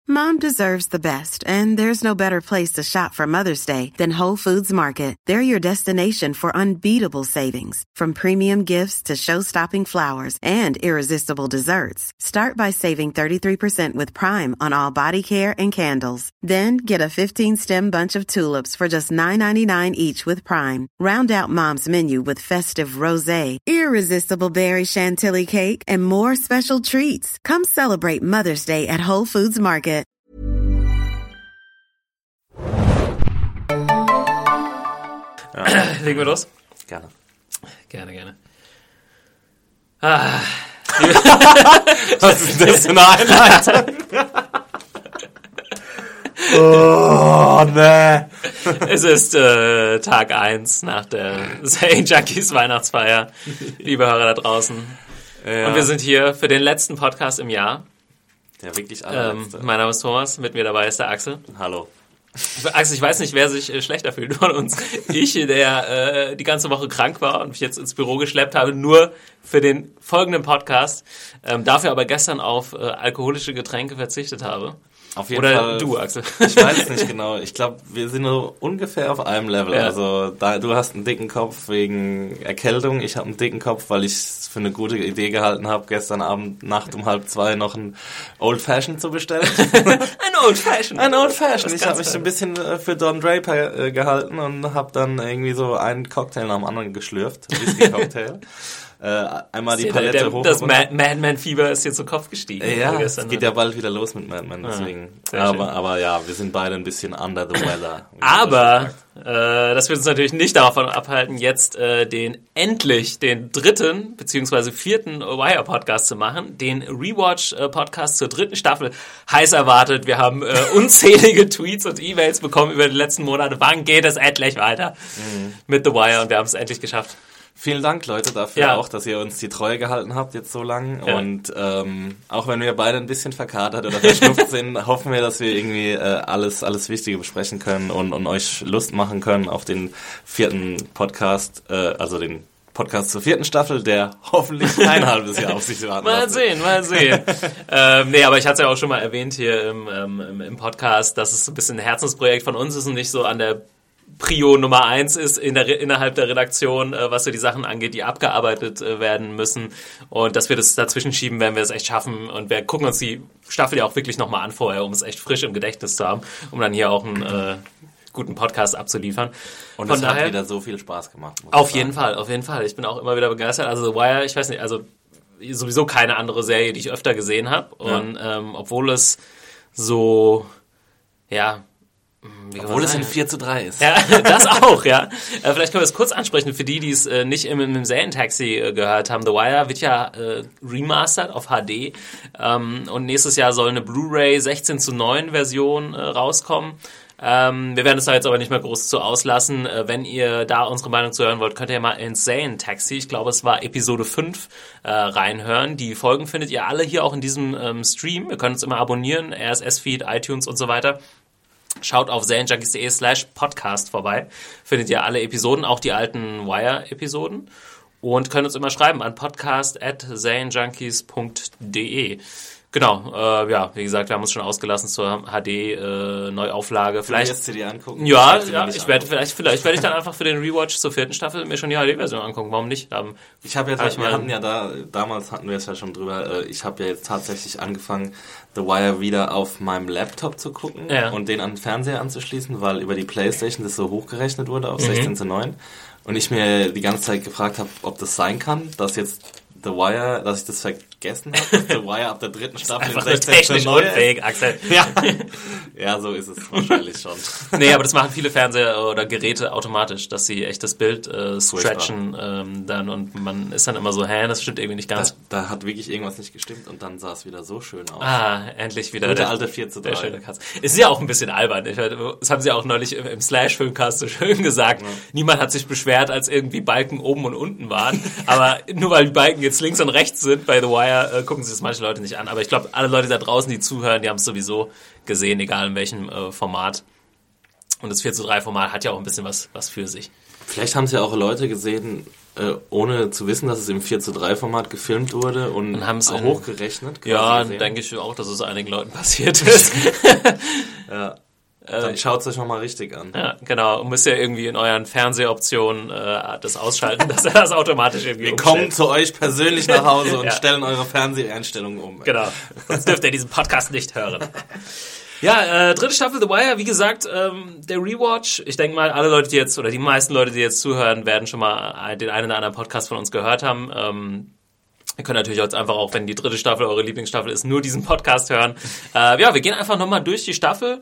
Mom deserves the best, and there's no better place to shop for Mother's Day than Whole Foods Market. They're your destination for unbeatable savings, from premium gifts to show-stopping flowers and irresistible desserts. Start by saving 33% with Prime on all body care and candles. Then get a 15-stem bunch of tulips for just $9.99 each with Prime. Round out Mom's menu with festive rosé, irresistible berry chantilly cake, and more special treats. Come celebrate Mother's Day at Whole Foods Market. Legen wir los? Gerne. Gerne. Was ist das für eine Einleitung? Oh, ne. Es ist Tag 1 nach der Serien Junkies Weihnachtsfeier, liebe Hörer da draußen. Ja. Und wir sind hier für den letzten Podcast im Jahr. Der wirklich allerletzte. Mein Name ist Thomas, mit mir dabei ist der Axel. Hallo. Axel, ich weiß nicht, wer sich schlechter fühlt von uns. Ich, der die ganze Woche krank war und mich jetzt ins Büro geschleppt habe, nur für den folgenden Podcast, dafür aber gestern auf alkoholische Getränke verzichtet habe. Auf jeden Fall. Oder du, Axel. Ich weiß es nicht genau. Ich glaube, wir sind nur ungefähr auf einem Level. Ja. Also du hast einen dicken Kopf wegen Erkältung. Ich habe einen dicken Kopf, weil ich es für eine gute Idee gehalten habe, gestern Abend Nacht um 1:30 noch ein Old Fashioned zu bestellen. Ein Old Fashioned. Ich habe mich ein bisschen für Don Draper gehalten und habe dann irgendwie so einen Cocktail nach dem anderen geschlürft. Ein Whisky-Cocktail. Einmal die Palette hoch. Das Madman-Fieber ist jetzt zu Kopf gestiegen. Ja, es geht ja bald wieder los mit Madman, deswegen. Aber ja, wir sind beide ein bisschen under the weather. Aber das wird uns natürlich nicht davon abhalten, jetzt endlich den dritten bzw. vierten Wire-Podcast zu machen. Den Rewatch-Podcast zur dritten Staffel. Heiß erwartet. Wir haben unzählige Tweets und E-Mails bekommen über die letzten Monate. Wann geht es endlich weiter mit The Wire? Und wir haben es endlich geschafft. Vielen Dank, Leute, dafür auch, dass ihr uns die Treue gehalten habt jetzt so lang. Ja. Und auch wenn wir beide ein bisschen verkatert oder verschnupft sind, hoffen wir, dass wir irgendwie alles Wichtige besprechen können und euch Lust machen können auf den vierten Podcast, also den Podcast zur vierten Staffel, der hoffentlich ein halbes Jahr auf sich warten Mal sehen. Nee, aber ich hatte es ja auch schon mal erwähnt hier im Podcast, dass es so ein bisschen ein Herzensprojekt von uns ist und nicht so an der Prio Nummer 1 ist innerhalb der Redaktion, was so die Sachen angeht, die abgearbeitet werden müssen. Und dass wir das dazwischen schieben, werden wir es echt schaffen. Und wir gucken uns die Staffel ja auch wirklich nochmal an vorher, um es echt frisch im Gedächtnis zu haben, um dann hier auch einen guten Podcast abzuliefern. Und es hat wieder so viel Spaß gemacht. Auf jeden Fall. Ich bin auch immer wieder begeistert. Also The Wire, ich weiß nicht, also sowieso keine andere Serie, die ich öfter gesehen habe. Und obwohl es so, ja... Obwohl es in 4:3 ist. Ja, das auch, ja. Vielleicht können wir es kurz ansprechen für die es nicht im Serientaxi gehört haben. The Wire wird ja remastered auf HD und nächstes Jahr soll eine Blu-ray 16:9 Version rauskommen. Wir werden es da jetzt aber nicht mehr groß zu auslassen. Wenn ihr da unsere Meinung zu hören wollt, könnt ihr mal ins Serientaxi, ich glaube es war Episode 5, reinhören. Die Folgen findet ihr alle hier auch in diesem Stream. Ihr könnt uns immer abonnieren, RSS-Feed, iTunes und so weiter. Schaut auf serienjunkies.de/podcast vorbei. Findet ihr alle Episoden, auch die alten Wire-Episoden. Und könnt uns immer schreiben an podcast@serienjunkies.de. Genau, wie gesagt, wir haben uns schon ausgelassen zur HD-Neuauflage. Vielleicht wirst du dir angucken? Ja, ich werde vielleicht werde ich dann einfach für den Rewatch zur vierten Staffel mir schon die HD-Version angucken. Warum nicht? Damals hatten wir es ja schon drüber, ich habe ja jetzt tatsächlich angefangen, The Wire wieder auf meinem Laptop zu gucken und den an den Fernseher anzuschließen, weil über die Playstation das so hochgerechnet wurde auf 16:9 und ich mir die ganze Zeit gefragt habe, ob das sein kann, dass jetzt The Wire, dass ich das vergessen habe, dass The Wire ab der dritten Staffel in 16:9 unfähig, Axel. Ja, so ist es wahrscheinlich schon. Nee, aber das machen viele Fernseher oder Geräte automatisch, dass sie echt das Bild stretchen dann und man ist dann immer so, das stimmt irgendwie nicht ganz. Da hat wirklich irgendwas nicht gestimmt und dann sah es wieder so schön aus. Endlich wieder. Der alte 4:3. Schöne Katz. Es ist ja auch ein bisschen albern. Das haben sie auch neulich im Slash-Filmcast so schön gesagt. Ja. Niemand hat sich beschwert, als irgendwie Balken oben und unten waren. Aber nur weil die Balken jetzt links und rechts sind bei The Wire, gucken sich das manche Leute nicht an. Aber ich glaube, alle Leute da draußen, die zuhören, die haben es sowieso gesehen, egal in welchem Format. Und das 4:3 Format hat ja auch ein bisschen was für sich. Vielleicht haben es ja auch Leute gesehen, ohne zu wissen, dass es im 4:3-Format gefilmt wurde und haben es hochgerechnet. Ja, denke ich auch, dass es einigen Leuten passiert ist. Ja. Dann schaut es euch nochmal richtig an. Ja, genau. Und müsst ihr irgendwie in euren Fernsehoptionen das ausschalten, dass er das automatisch irgendwie Wir umstellt. kommen zu euch persönlich nach Hause und stellen eure Fernseheinstellungen um. Genau. Sonst dürft ihr diesen Podcast nicht hören. Ja, dritte Staffel The Wire, wie gesagt, der Rewatch. Ich denke mal, alle Leute, die jetzt, oder die meisten Leute, die jetzt zuhören, werden schon mal den einen oder anderen Podcast von uns gehört haben. Ihr könnt natürlich jetzt einfach auch, wenn die dritte Staffel eure Lieblingsstaffel ist, nur diesen Podcast hören. Ja, wir gehen einfach nochmal durch die Staffel.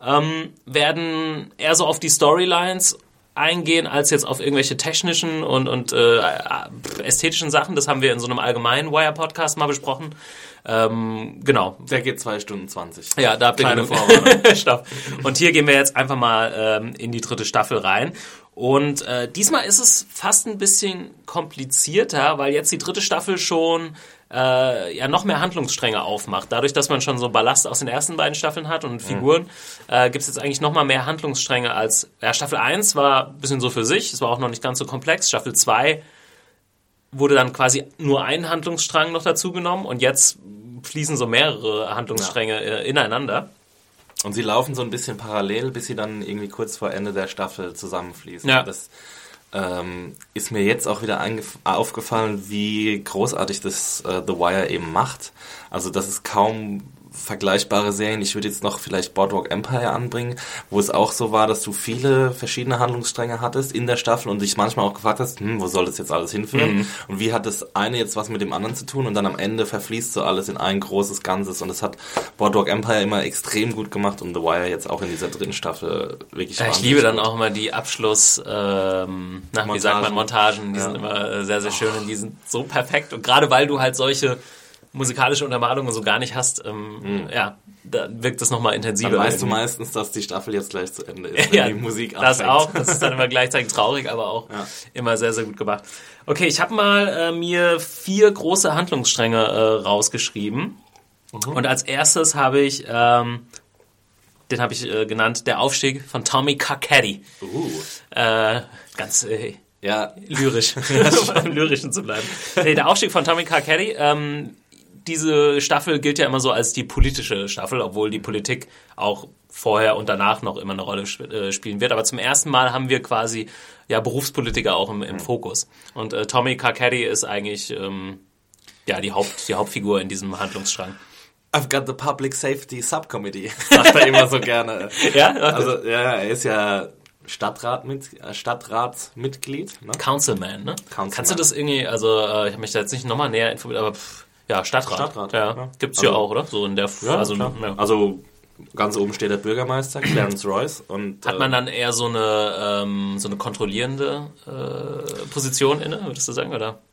Werden eher so auf die Storylines eingehen, als jetzt auf irgendwelche technischen und ästhetischen Sachen. Das haben wir in so einem allgemeinen Wire-Podcast mal besprochen. Genau. Der geht 2 Stunden 20. Ja, da habt ihr keine Vorwarnung. Stopp. Und hier gehen wir jetzt einfach mal in die dritte Staffel rein. Und diesmal ist es fast ein bisschen komplizierter, weil jetzt die dritte Staffel schon ja noch mehr Handlungsstränge aufmacht. Dadurch, dass man schon so Ballast aus den ersten beiden Staffeln hat und Figuren, gibt es jetzt eigentlich noch mal mehr Handlungsstränge als... Ja, Staffel 1 war ein bisschen so für sich, es war auch noch nicht ganz so komplex. Staffel 2 wurde dann quasi nur ein Handlungsstrang noch dazu genommen und jetzt fließen so mehrere Handlungsstränge ineinander. Und sie laufen so ein bisschen parallel, bis sie dann irgendwie kurz vor Ende der Staffel zusammenfließen. Ja. Das ist mir jetzt auch wieder aufgefallen, wie großartig das The Wire eben macht. Also das ist kaum vergleichbare Serien. Ich würde jetzt noch vielleicht Boardwalk Empire anbringen, wo es auch so war, dass du viele verschiedene Handlungsstränge hattest in der Staffel und dich manchmal auch gefragt hast, wo soll das jetzt alles hinführen? Und wie hat das eine jetzt was mit dem anderen zu tun? Und dann am Ende verfließt so alles in ein großes Ganzes. Und das hat Boardwalk Empire immer extrem gut gemacht und The Wire jetzt auch in dieser dritten Staffel wirklich ich liebe dann auch immer die Abschluss, wie sagt man, Montagen. Die sind immer sehr, sehr schön und die sind so perfekt. Und gerade weil du halt solche musikalische Untermalung und so gar nicht hast, ja, da wirkt das nochmal intensiver. Dann weißt du meistens, dass die Staffel jetzt gleich zu Ende ist, wenn ja, die Musik anfängt. Das auch, das ist dann immer gleichzeitig traurig, aber auch immer sehr, sehr gut gemacht. Okay, ich habe mal mir 4 große Handlungsstränge rausgeschrieben und als erstes habe ich, den habe ich genannt, der Aufstieg von Tommy Carcetti. Ganz lyrisch, um beim Lyrischen zu bleiben. Nee, der Aufstieg von Tommy Carcetti, diese Staffel gilt ja immer so als die politische Staffel, obwohl die Politik auch vorher und danach noch immer eine Rolle spielen wird. Aber zum ersten Mal haben wir quasi Berufspolitiker auch im Fokus. Und Tommy Carcetti ist eigentlich die Hauptfigur in diesem Handlungsstrang. I've got the Public Safety Subcommittee, sagt er immer so gerne. Ja? Also er ist ja Stadtratsmitglied. Ne? Councilman, ne? Kannst du das irgendwie, also ich habe mich da jetzt nicht nochmal näher informiert, aber Stadtrat. Ja. Gibt's also, ja auch, oder? So in der also ganz oben steht der Bürgermeister, Clarence Royce. Und hat man dann eher so eine kontrollierende Position inne, würdest du sagen, oder?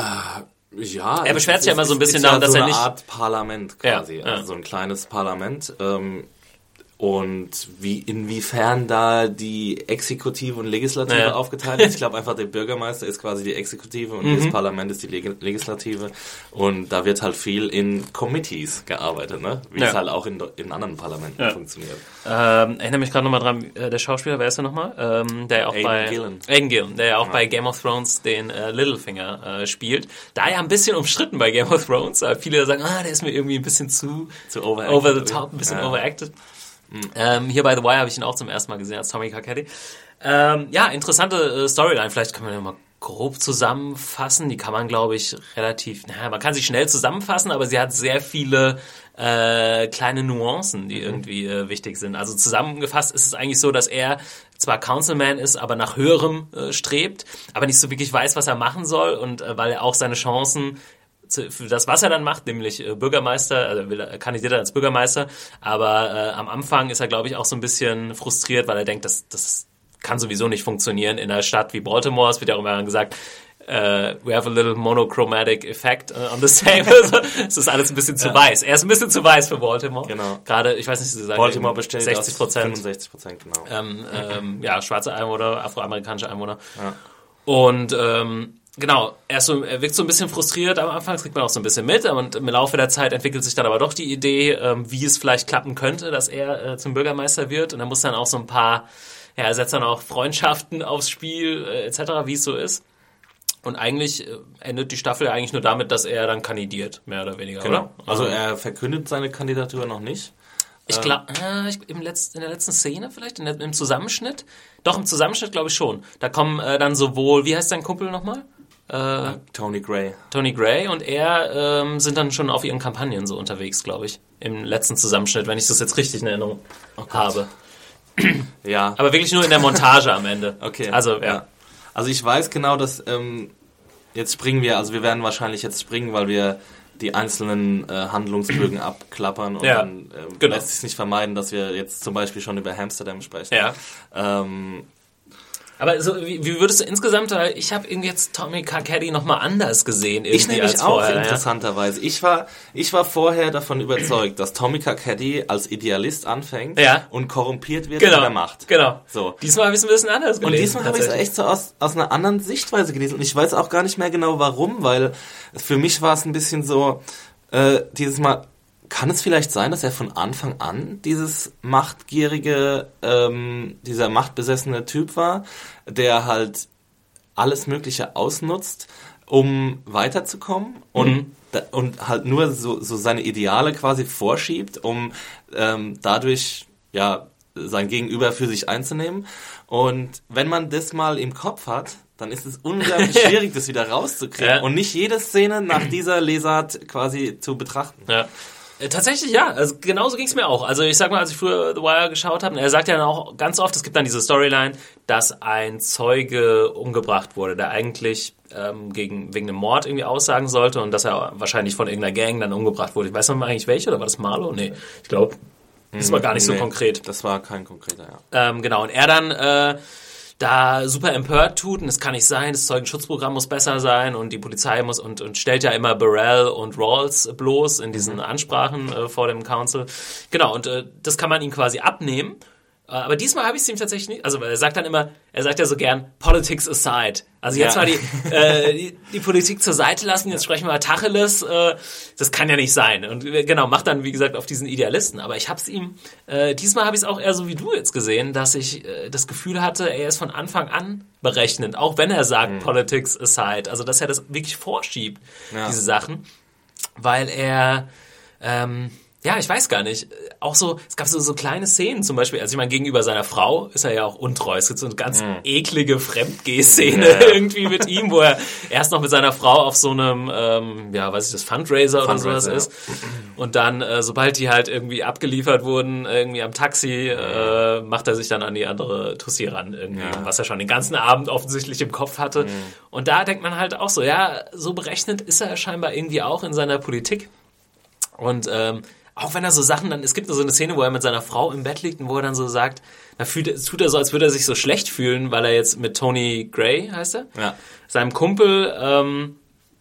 Ja. Er beschwert sich ja immer so ein bisschen darum, dass er nicht... so eine Art Parlament quasi, also so ein kleines Parlament. Und inwiefern da die Exekutive und Legislative aufgeteilt ist. Ich glaube einfach, der Bürgermeister ist quasi die Exekutive und das Parlament ist die Legislative. Und da wird halt viel in Committees gearbeitet, ne? Wie es halt auch in anderen Parlamenten funktioniert. Erinnere mich gerade nochmal dran, der Schauspieler, wer ist der nochmal? Der ja auch Aidan Gillen, der ja auch bei Game of Thrones den Littlefinger spielt. Da ja ein bisschen umstritten bei Game of Thrones. Viele sagen, der ist mir irgendwie ein bisschen zu over the top, ein bisschen overacted. Hier bei The Wire habe ich ihn auch zum ersten Mal gesehen als Tommy Carcetti. Interessante Storyline. Vielleicht kann man ja mal grob zusammenfassen. Die kann man, glaube ich, man kann sie schnell zusammenfassen, aber sie hat sehr viele kleine Nuancen, die irgendwie wichtig sind. Also zusammengefasst ist es eigentlich so, dass er zwar Councilman ist, aber nach Höherem strebt, aber nicht so wirklich weiß, was er machen soll und weil er auch seine Chancen für das, was er dann macht, nämlich Bürgermeister, also kandidiert er als Bürgermeister, aber am Anfang ist er, glaube ich, auch so ein bisschen frustriert, weil er denkt, das kann sowieso nicht funktionieren in einer Stadt wie Baltimore. Es wird ja auch immer gesagt, we have a little monochromatic effect on the table. Es ist alles ein bisschen zu weiß. Er ist ein bisschen zu weiß für Baltimore. Genau. Gerade, ich weiß nicht, Sie sagen, Baltimore bestellt 60%. 65%, genau. Schwarze Einwohner, afroamerikanische Einwohner. Ja. Und genau, er wirkt so ein bisschen frustriert am Anfang, das kriegt man auch so ein bisschen mit und im Laufe der Zeit entwickelt sich dann aber doch die Idee, wie es vielleicht klappen könnte, dass er zum Bürgermeister wird und er muss dann auch so ein paar, er setzt dann auch Freundschaften aufs Spiel etc., wie es so ist. Und eigentlich endet die Staffel ja eigentlich nur damit, dass er dann kandidiert, mehr oder weniger, genau. oder? Also er verkündet seine Kandidatur noch nicht. Ich glaube, in der letzten Szene vielleicht, im Zusammenschnitt? Doch, im Zusammenschnitt glaube ich schon. Da kommen dann sowohl, wie heißt sein Kumpel nochmal? Tony Gray. Tony Gray und er sind dann schon auf ihren Kampagnen so unterwegs, glaube ich. Im letzten Zusammenschnitt, wenn ich das jetzt richtig in Erinnerung habe. Ja. Aber wirklich nur in der Montage am Ende. Okay. Also, ja. Also ich weiß genau, dass jetzt springen wir, also wir werden wahrscheinlich jetzt springen, weil wir die einzelnen Handlungsbögen abklappern und dann genau. lässt sich nicht vermeiden, dass wir jetzt zum Beispiel schon über Amsterdam sprechen. Ja. Aber so, wie würdest du insgesamt, ich habe irgendwie jetzt Tommy Carcetti nochmal anders gesehen irgendwie ich nämlich als auch, vorher, interessanterweise. Ich war vorher davon überzeugt, dass Tommy Carcetti als Idealist anfängt und korrumpiert wird von der Macht. Genau. So. Diesmal habe ich es ein bisschen anders gelesen. Und diesmal habe ich es echt so aus einer anderen Sichtweise gelesen. Und ich weiß auch gar nicht mehr genau warum, weil für mich war es ein bisschen so, dieses Mal, kann es vielleicht sein, dass er von Anfang an dieses machtgierige, dieser machtbesessene Typ war, der halt alles Mögliche ausnutzt, um weiterzukommen und halt nur so seine Ideale quasi vorschiebt, um dadurch sein Gegenüber für sich einzunehmen. Und wenn man das mal im Kopf hat, dann ist es unglaublich schwierig, das wieder rauszukriegen und nicht jede Szene nach dieser Lesart quasi zu betrachten. Ja. Tatsächlich ja, also genauso ging es mir auch. Also ich sag mal, als ich früher The Wire geschaut habe, er sagt ja dann auch ganz oft, es gibt dann diese Storyline, dass ein Zeuge umgebracht wurde, der eigentlich wegen einem Mord irgendwie aussagen sollte und dass er wahrscheinlich von irgendeiner Gang dann umgebracht wurde. Ich weiß noch mal eigentlich welche, oder war das Marlo? Nee, ich glaube, das war gar nicht so konkret. Das war kein konkreter, genau, und er dann da super empört tut und es kann nicht sein, das Zeugenschutzprogramm muss besser sein und die Polizei muss und stellt ja immer Burrell und Rawls bloß in diesen Ansprachen vor dem Council. Genau, und das kann man ihm quasi abnehmen. Aber diesmal habe ich es ihm tatsächlich nicht, also er sagt ja so gern, Politics aside. Also jetzt mal die Politik zur Seite lassen, jetzt sprechen wir mal Tacheles, das kann ja nicht sein. Und genau, macht dann, wie gesagt, auf diesen Idealisten. Aber ich habe es ihm, diesmal habe ich es auch eher so wie du jetzt gesehen, dass ich das Gefühl hatte, er ist von Anfang an berechnend, auch wenn er sagt, Politics aside. Also dass er das wirklich vorschiebt, diese Sachen, weil er... ich weiß gar nicht. Auch so, es gab so kleine Szenen zum Beispiel, also ich meine, gegenüber seiner Frau ist er ja auch untreu. Es gibt so eine ganz eklige Fremdgeh-Szene irgendwie mit ihm, wo er erst noch mit seiner Frau auf so einem, Fundraiser oder sowas ist. Und dann, sobald die halt irgendwie abgeliefert wurden, irgendwie am Taxi, macht er sich dann an die andere Tussi ran irgendwie, was er schon den ganzen Abend offensichtlich im Kopf hatte. Und da denkt man halt auch so, so berechnend ist er scheinbar irgendwie auch in seiner Politik. Und auch wenn er so Sachen dann, es gibt so eine Szene, wo er mit seiner Frau im Bett liegt und wo er dann so sagt, tut er so, als würde er sich so schlecht fühlen, weil er jetzt mit Tony Gray, heißt er, seinem Kumpel,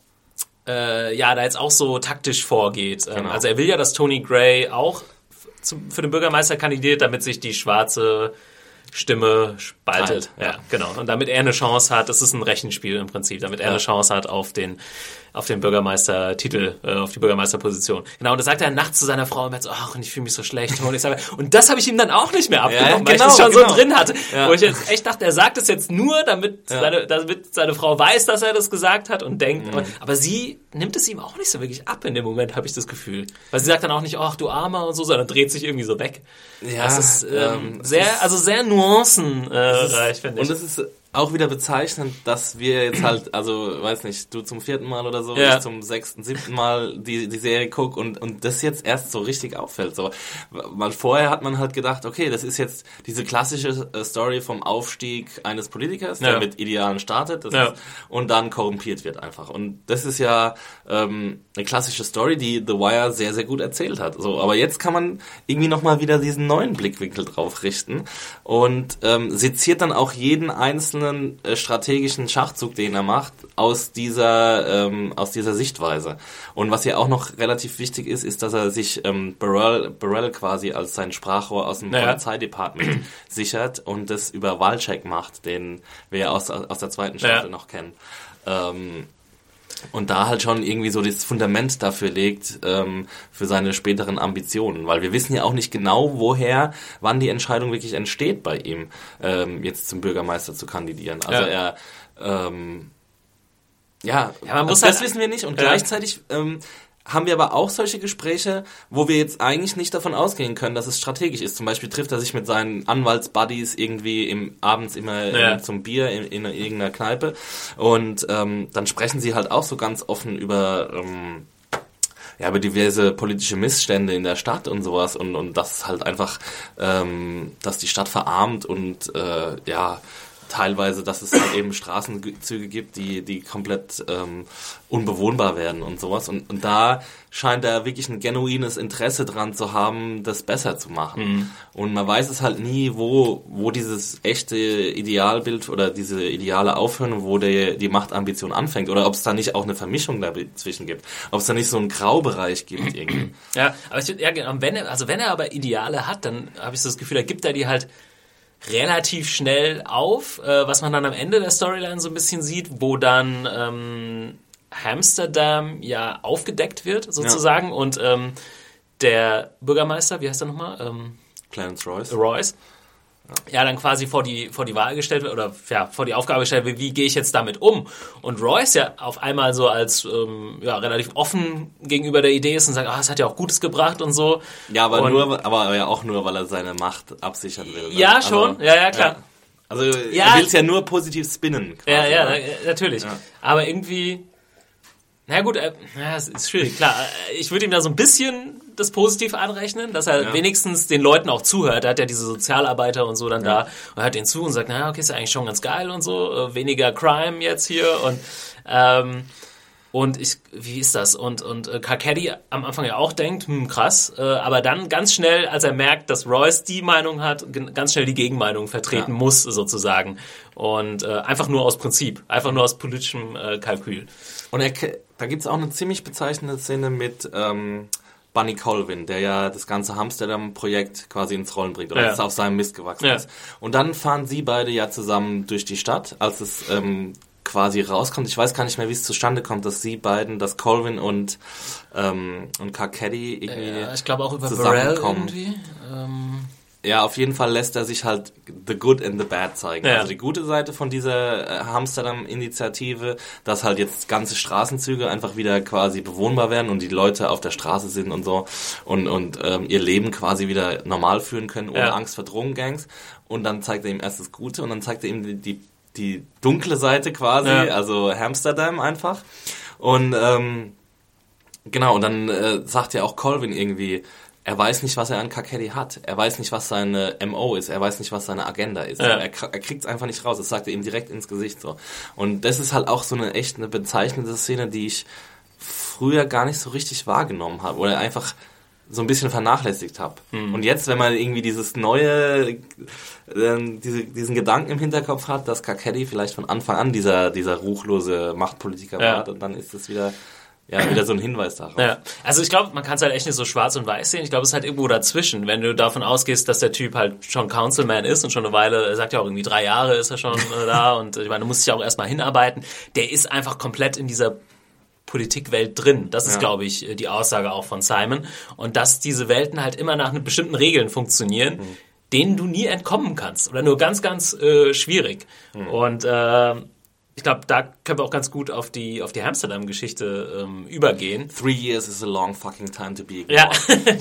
da jetzt auch so taktisch vorgeht. Genau. Also er will ja, dass Tony Gray auch für den Bürgermeister kandidiert, damit sich die schwarze Stimme spaltet. Ja, genau. Und damit er eine Chance hat, das ist ein Rechenspiel im Prinzip, damit er eine Chance hat auf den Bürgermeistertitel, auf die Bürgermeisterposition. Genau, und das sagt er nachts zu seiner Frau und er so, ich fühle mich so schlecht. Und das habe ich ihm dann auch nicht mehr abgenommen, weil ich das schon so drin hatte. Ja. Wo ich jetzt echt dachte, er sagt es jetzt nur, damit seine Frau weiß, dass er das gesagt hat und denkt, aber sie nimmt es ihm auch nicht so wirklich ab in dem Moment, habe ich das Gefühl. Weil sie sagt dann auch nicht, du Armer und so, sondern dreht sich irgendwie so weg. Ja, das ist sehr nuancenreich, finde ich. Und es ist auch wieder bezeichnend, dass wir jetzt halt, also, weiß nicht, du zum 4. Mal oder so, ich zum 6., 7. Mal die Serie guck und das jetzt erst so richtig auffällt. So. Weil vorher hat man halt gedacht, okay, das ist jetzt diese klassische Story vom Aufstieg eines Politikers, der mit Idealen startet und dann korrumpiert wird einfach. Und das ist ja eine klassische Story, die The Wire sehr, sehr gut erzählt hat. So, aber jetzt kann man irgendwie nochmal wieder diesen neuen Blickwinkel drauf richten und seziert dann auch jeden einzelnen strategischen Schachzug, den er macht, aus dieser Sichtweise. Und was ja auch noch relativ wichtig ist, dass er sich Burrell quasi als sein Sprachrohr aus dem Polizeidepartement sichert und das über Walczak macht, den wir ja aus der 2. Staffel noch kennen. Und da halt schon irgendwie so das Fundament dafür legt, für seine späteren Ambitionen. Weil wir wissen ja auch nicht genau, wann die Entscheidung wirklich entsteht bei ihm, jetzt zum Bürgermeister zu kandidieren. Also Ja, man muss das wissen wir nicht und gleichzeitig haben wir aber auch solche Gespräche, wo wir jetzt eigentlich nicht davon ausgehen können, dass es strategisch ist. Zum Beispiel trifft er sich mit seinen Anwaltsbuddies irgendwie abends immer zum Bier in irgendeiner Kneipe und dann sprechen sie halt auch so ganz offen über diverse politische Missstände in der Stadt und sowas und das halt einfach, dass die Stadt verarmt und teilweise, dass es halt eben Straßenzüge gibt, die komplett unbewohnbar werden und sowas. Und da scheint er wirklich ein genuines Interesse dran zu haben, das besser zu machen. Mhm. Und man weiß es halt nie, wo dieses echte Idealbild oder diese ideale aufhören, wo die Machtambition anfängt. Oder ob es da nicht auch eine Vermischung dazwischen gibt. Ob es da nicht so einen Graubereich gibt irgendwie. Ja, aber wenn er aber Ideale hat, dann habe ich so das Gefühl, da gibt er die halt relativ schnell auf, was man dann am Ende der Storyline so ein bisschen sieht, wo dann Amsterdam ja aufgedeckt wird, sozusagen, und der Bürgermeister, wie heißt er nochmal? Clarence Royce. Ja, dann quasi vor die Wahl gestellt wird, oder vor die Aufgabe gestellt wird, wie gehe ich jetzt damit um? Und Royce ja auf einmal so als relativ offen gegenüber der Idee ist und sagt, es hat ja auch Gutes gebracht und so. Ja, aber ja auch nur, weil er seine Macht absichern will. Ne? Ja, schon. Also, ja, klar. Ja. Also er will es ja nur positiv spinnen. Quasi, ja, natürlich. Ja. Aber irgendwie... Na gut, es ist schwierig, klar. Ich würde ihm da so ein bisschen das Positiv anrechnen, dass er wenigstens den Leuten auch zuhört. Er hat ja diese Sozialarbeiter und so dann da und hört denen zu und sagt, okay, ist ja eigentlich schon ganz geil und so, weniger Crime jetzt hier und wie ist das? Und Carcetti am Anfang ja auch denkt, krass, aber dann ganz schnell, als er merkt, dass Royce die Meinung hat, ganz schnell die Gegenmeinung vertreten muss, sozusagen. Und einfach nur aus Prinzip, einfach nur aus politischem Kalkül. Und da gibt's auch eine ziemlich bezeichnende Szene mit Bunny Colvin, der ja das ganze Amsterdam-Projekt quasi ins Rollen bringt oder das auf seinem Mist gewachsen ist. Und dann fahren sie beide ja zusammen durch die Stadt, als es quasi rauskommt. Ich weiß gar nicht mehr, wie es zustande kommt, dass sie beiden, dass Colvin und Carcetti irgendwie ich glaube auch über Burrell irgendwie. Ja, auf jeden Fall lässt er sich halt the good and the bad zeigen. Ja. Also die gute Seite von dieser Amsterdam-Initiative, dass halt jetzt ganze Straßenzüge einfach wieder quasi bewohnbar werden und die Leute auf der Straße sind und so und ihr Leben quasi wieder normal führen können, ohne Angst vor Drogengangs. Und dann zeigt er ihm erst das Gute und dann zeigt er ihm die dunkle Seite quasi, also Amsterdam einfach. Und genau, und dann sagt ja auch Colvin irgendwie, er weiß nicht, was er an Carcetti hat. Er weiß nicht, was seine MO ist. Er weiß nicht, was seine Agenda ist. Ja. Er kriegt es einfach nicht raus. Das sagt er ihm direkt ins Gesicht so. Und das ist halt auch so eine bezeichnende Szene, die ich früher gar nicht so richtig wahrgenommen habe oder einfach so ein bisschen vernachlässigt habe. Und jetzt, wenn man irgendwie dieses neue, diesen Gedanken im Hinterkopf hat, dass Carcetti vielleicht von Anfang an dieser ruchlose Machtpolitiker war, und dann ist es wieder so ein Hinweis darauf. Ja. Also ich glaube, man kann es halt echt nicht so schwarz und weiß sehen. Ich glaube, es ist halt irgendwo dazwischen. Wenn du davon ausgehst, dass der Typ halt schon Councilman ist und schon eine Weile, er sagt ja auch irgendwie 3 Jahre ist er schon da und ich meine, du musst dich auch erstmal hinarbeiten. Der ist einfach komplett in dieser Politikwelt drin. Das ist, glaube ich, die Aussage auch von Simon. Und dass diese Welten halt immer nach bestimmten Regeln funktionieren, denen du nie entkommen kannst. Oder nur ganz, ganz schwierig. Und ich glaube, da können wir auch ganz gut auf die Amsterdam-Geschichte übergehen. 3 years is a long fucking time to be ignored. Ja,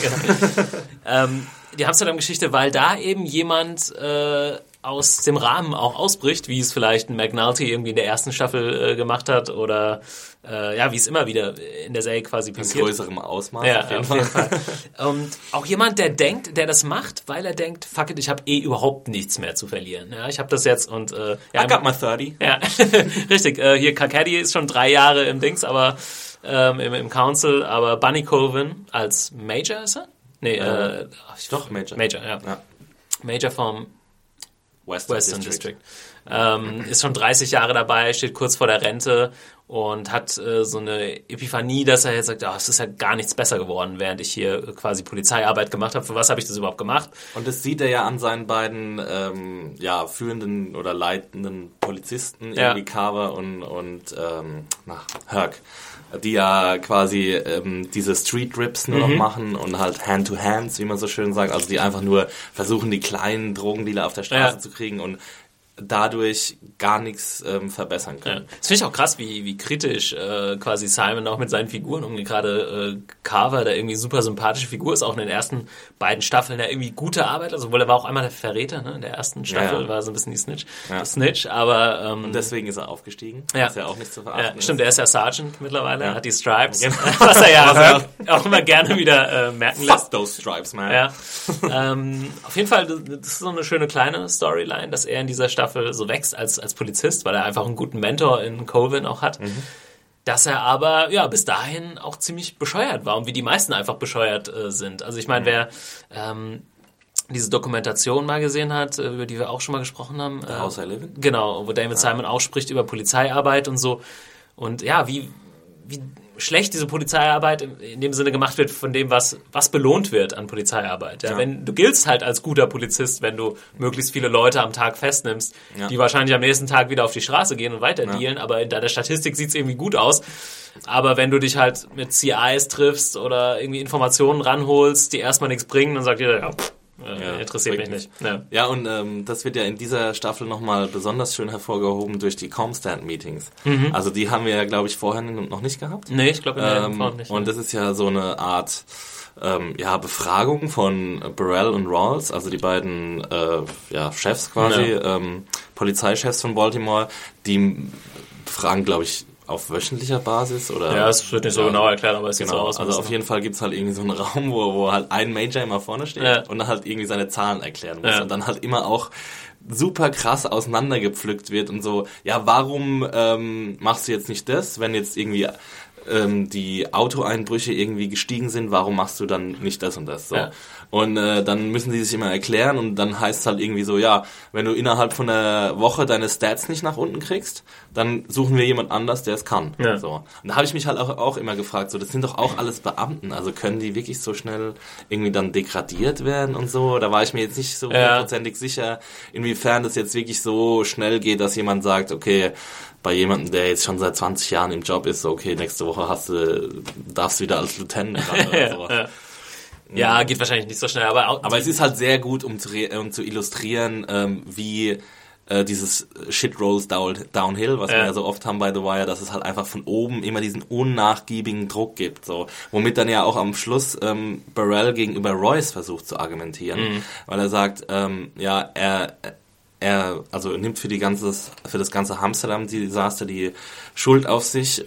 genau. Die Amsterdam-Geschichte, weil da eben jemand aus dem Rahmen auch ausbricht, wie es vielleicht ein McNulty irgendwie in der ersten Staffel gemacht hat oder wie es immer wieder in der Serie quasi passiert. In größerem Ausmaß. Ja, auf jeden Fall. Und auch jemand, der das macht, weil er denkt, fuck it, ich habe überhaupt nichts mehr zu verlieren. Ja, ich habe das jetzt und I got my 30. Ja, richtig. Hier Carcetti ist schon 3 Jahre im Dings, aber im Council, aber Bunny Colvin als Major ist er? Nee, doch, Major. Major, ja. Major vom Western District. Ist schon 30 Jahre dabei, steht kurz vor der Rente und hat so eine Epiphanie, dass er jetzt sagt, es ist ja gar nichts besser geworden, während ich hier quasi Polizeiarbeit gemacht habe. Für was habe ich das überhaupt gemacht? Und das sieht er ja an seinen beiden führenden oder leitenden Polizisten, irgendwie Carver und Herc, die ja quasi diese Street Rips nur noch machen und halt Hand-to-Hands, wie man so schön sagt, also die einfach nur versuchen, die kleinen Drogendealer auf der Straße zu kriegen und dadurch gar nichts verbessern können. Ja. Das finde ich auch krass, wie kritisch quasi Simon auch mit seinen Figuren umgeht. Gerade Carver, der irgendwie super sympathische Figur ist, auch in den ersten beiden Staffeln, der irgendwie gute Arbeit, also obwohl er war auch einmal der Verräter, ne? In der ersten Staffel war so ein bisschen die Snitch, aber und deswegen ist er aufgestiegen, was ja auch nicht zu verachten ist. Stimmt, er ist ja Sergeant mittlerweile, hat die Stripes, was er ja auch immer gerne wieder merken lässt. Fuck those Stripes, man. Ja. Auf jeden Fall, das ist so eine schöne kleine Storyline, dass er in dieser Staffel so wächst als Polizist, weil er einfach einen guten Mentor in Colvin auch hat. Dass er aber bis dahin auch ziemlich bescheuert war und wie die meisten einfach bescheuert sind. Also ich meine, wer diese Dokumentation mal gesehen hat, über die wir auch schon mal gesprochen haben. The House I Live In? Genau, wo David Simon auch spricht über Polizeiarbeit und so. Und ja, wie schlecht diese Polizeiarbeit in dem Sinne gemacht wird von dem, was belohnt wird an Polizeiarbeit. Ja? Wenn du giltst halt als guter Polizist, wenn du möglichst viele Leute am Tag festnimmst, die wahrscheinlich am nächsten Tag wieder auf die Straße gehen und weiter dealen, aber in deiner Statistik sieht es irgendwie gut aus. Aber wenn du dich halt mit CIs triffst oder irgendwie Informationen ranholst, die erstmal nichts bringen, dann sagt jeder, interessiert mich nicht. Ja, und das wird ja in dieser Staffel nochmal besonders schön hervorgehoben durch die Comstand-Meetings. Also die haben wir ja, glaube ich, vorher noch nicht gehabt. Nee, ich glaube noch nicht. Und das ist ja so eine Art Befragung von Burrell und Rawls, also die beiden Chefs quasi, Polizeichefs von Baltimore, die befragen, glaube ich, auf wöchentlicher Basis oder? Ja, es wird nicht so genau erklärt, aber es sieht so aus. Also auf jeden Fall gibt's halt irgendwie so einen Raum, wo halt ein Major immer vorne steht und dann halt irgendwie seine Zahlen erklären muss und dann halt immer auch super krass auseinandergepflückt wird und so, warum machst du jetzt nicht das, wenn jetzt irgendwie die Autoeinbrüche irgendwie gestiegen sind, warum machst du dann nicht das und das? So. Ja. Und dann müssen die sich immer erklären und dann heißt es halt irgendwie so, wenn du innerhalb von einer Woche deine Stats nicht nach unten kriegst, dann suchen wir jemand anders, der es kann. Ja. So. Und da habe ich mich halt auch immer gefragt, so, das sind doch auch alles Beamten, also können die wirklich so schnell irgendwie dann degradiert werden und so? Da war ich mir jetzt nicht so hundertprozentig sicher, inwiefern das jetzt wirklich so schnell geht, dass jemand sagt, okay, bei jemandem, der jetzt schon seit 20 Jahren im Job ist, so, okay, nächste Woche darfst du wieder als Lieutenant ran oder so. Ja, geht wahrscheinlich nicht so schnell, aber es ist halt sehr gut, um zu illustrieren, wie dieses Shit rolls downhill, was wir ja so oft haben bei The Wire, dass es halt einfach von oben immer diesen unnachgiebigen Druck gibt, so, womit dann ja auch am Schluss Burrell gegenüber Royce versucht zu argumentieren, weil er sagt, er nimmt für das ganze Amsterdam-Desaster die Schuld auf sich,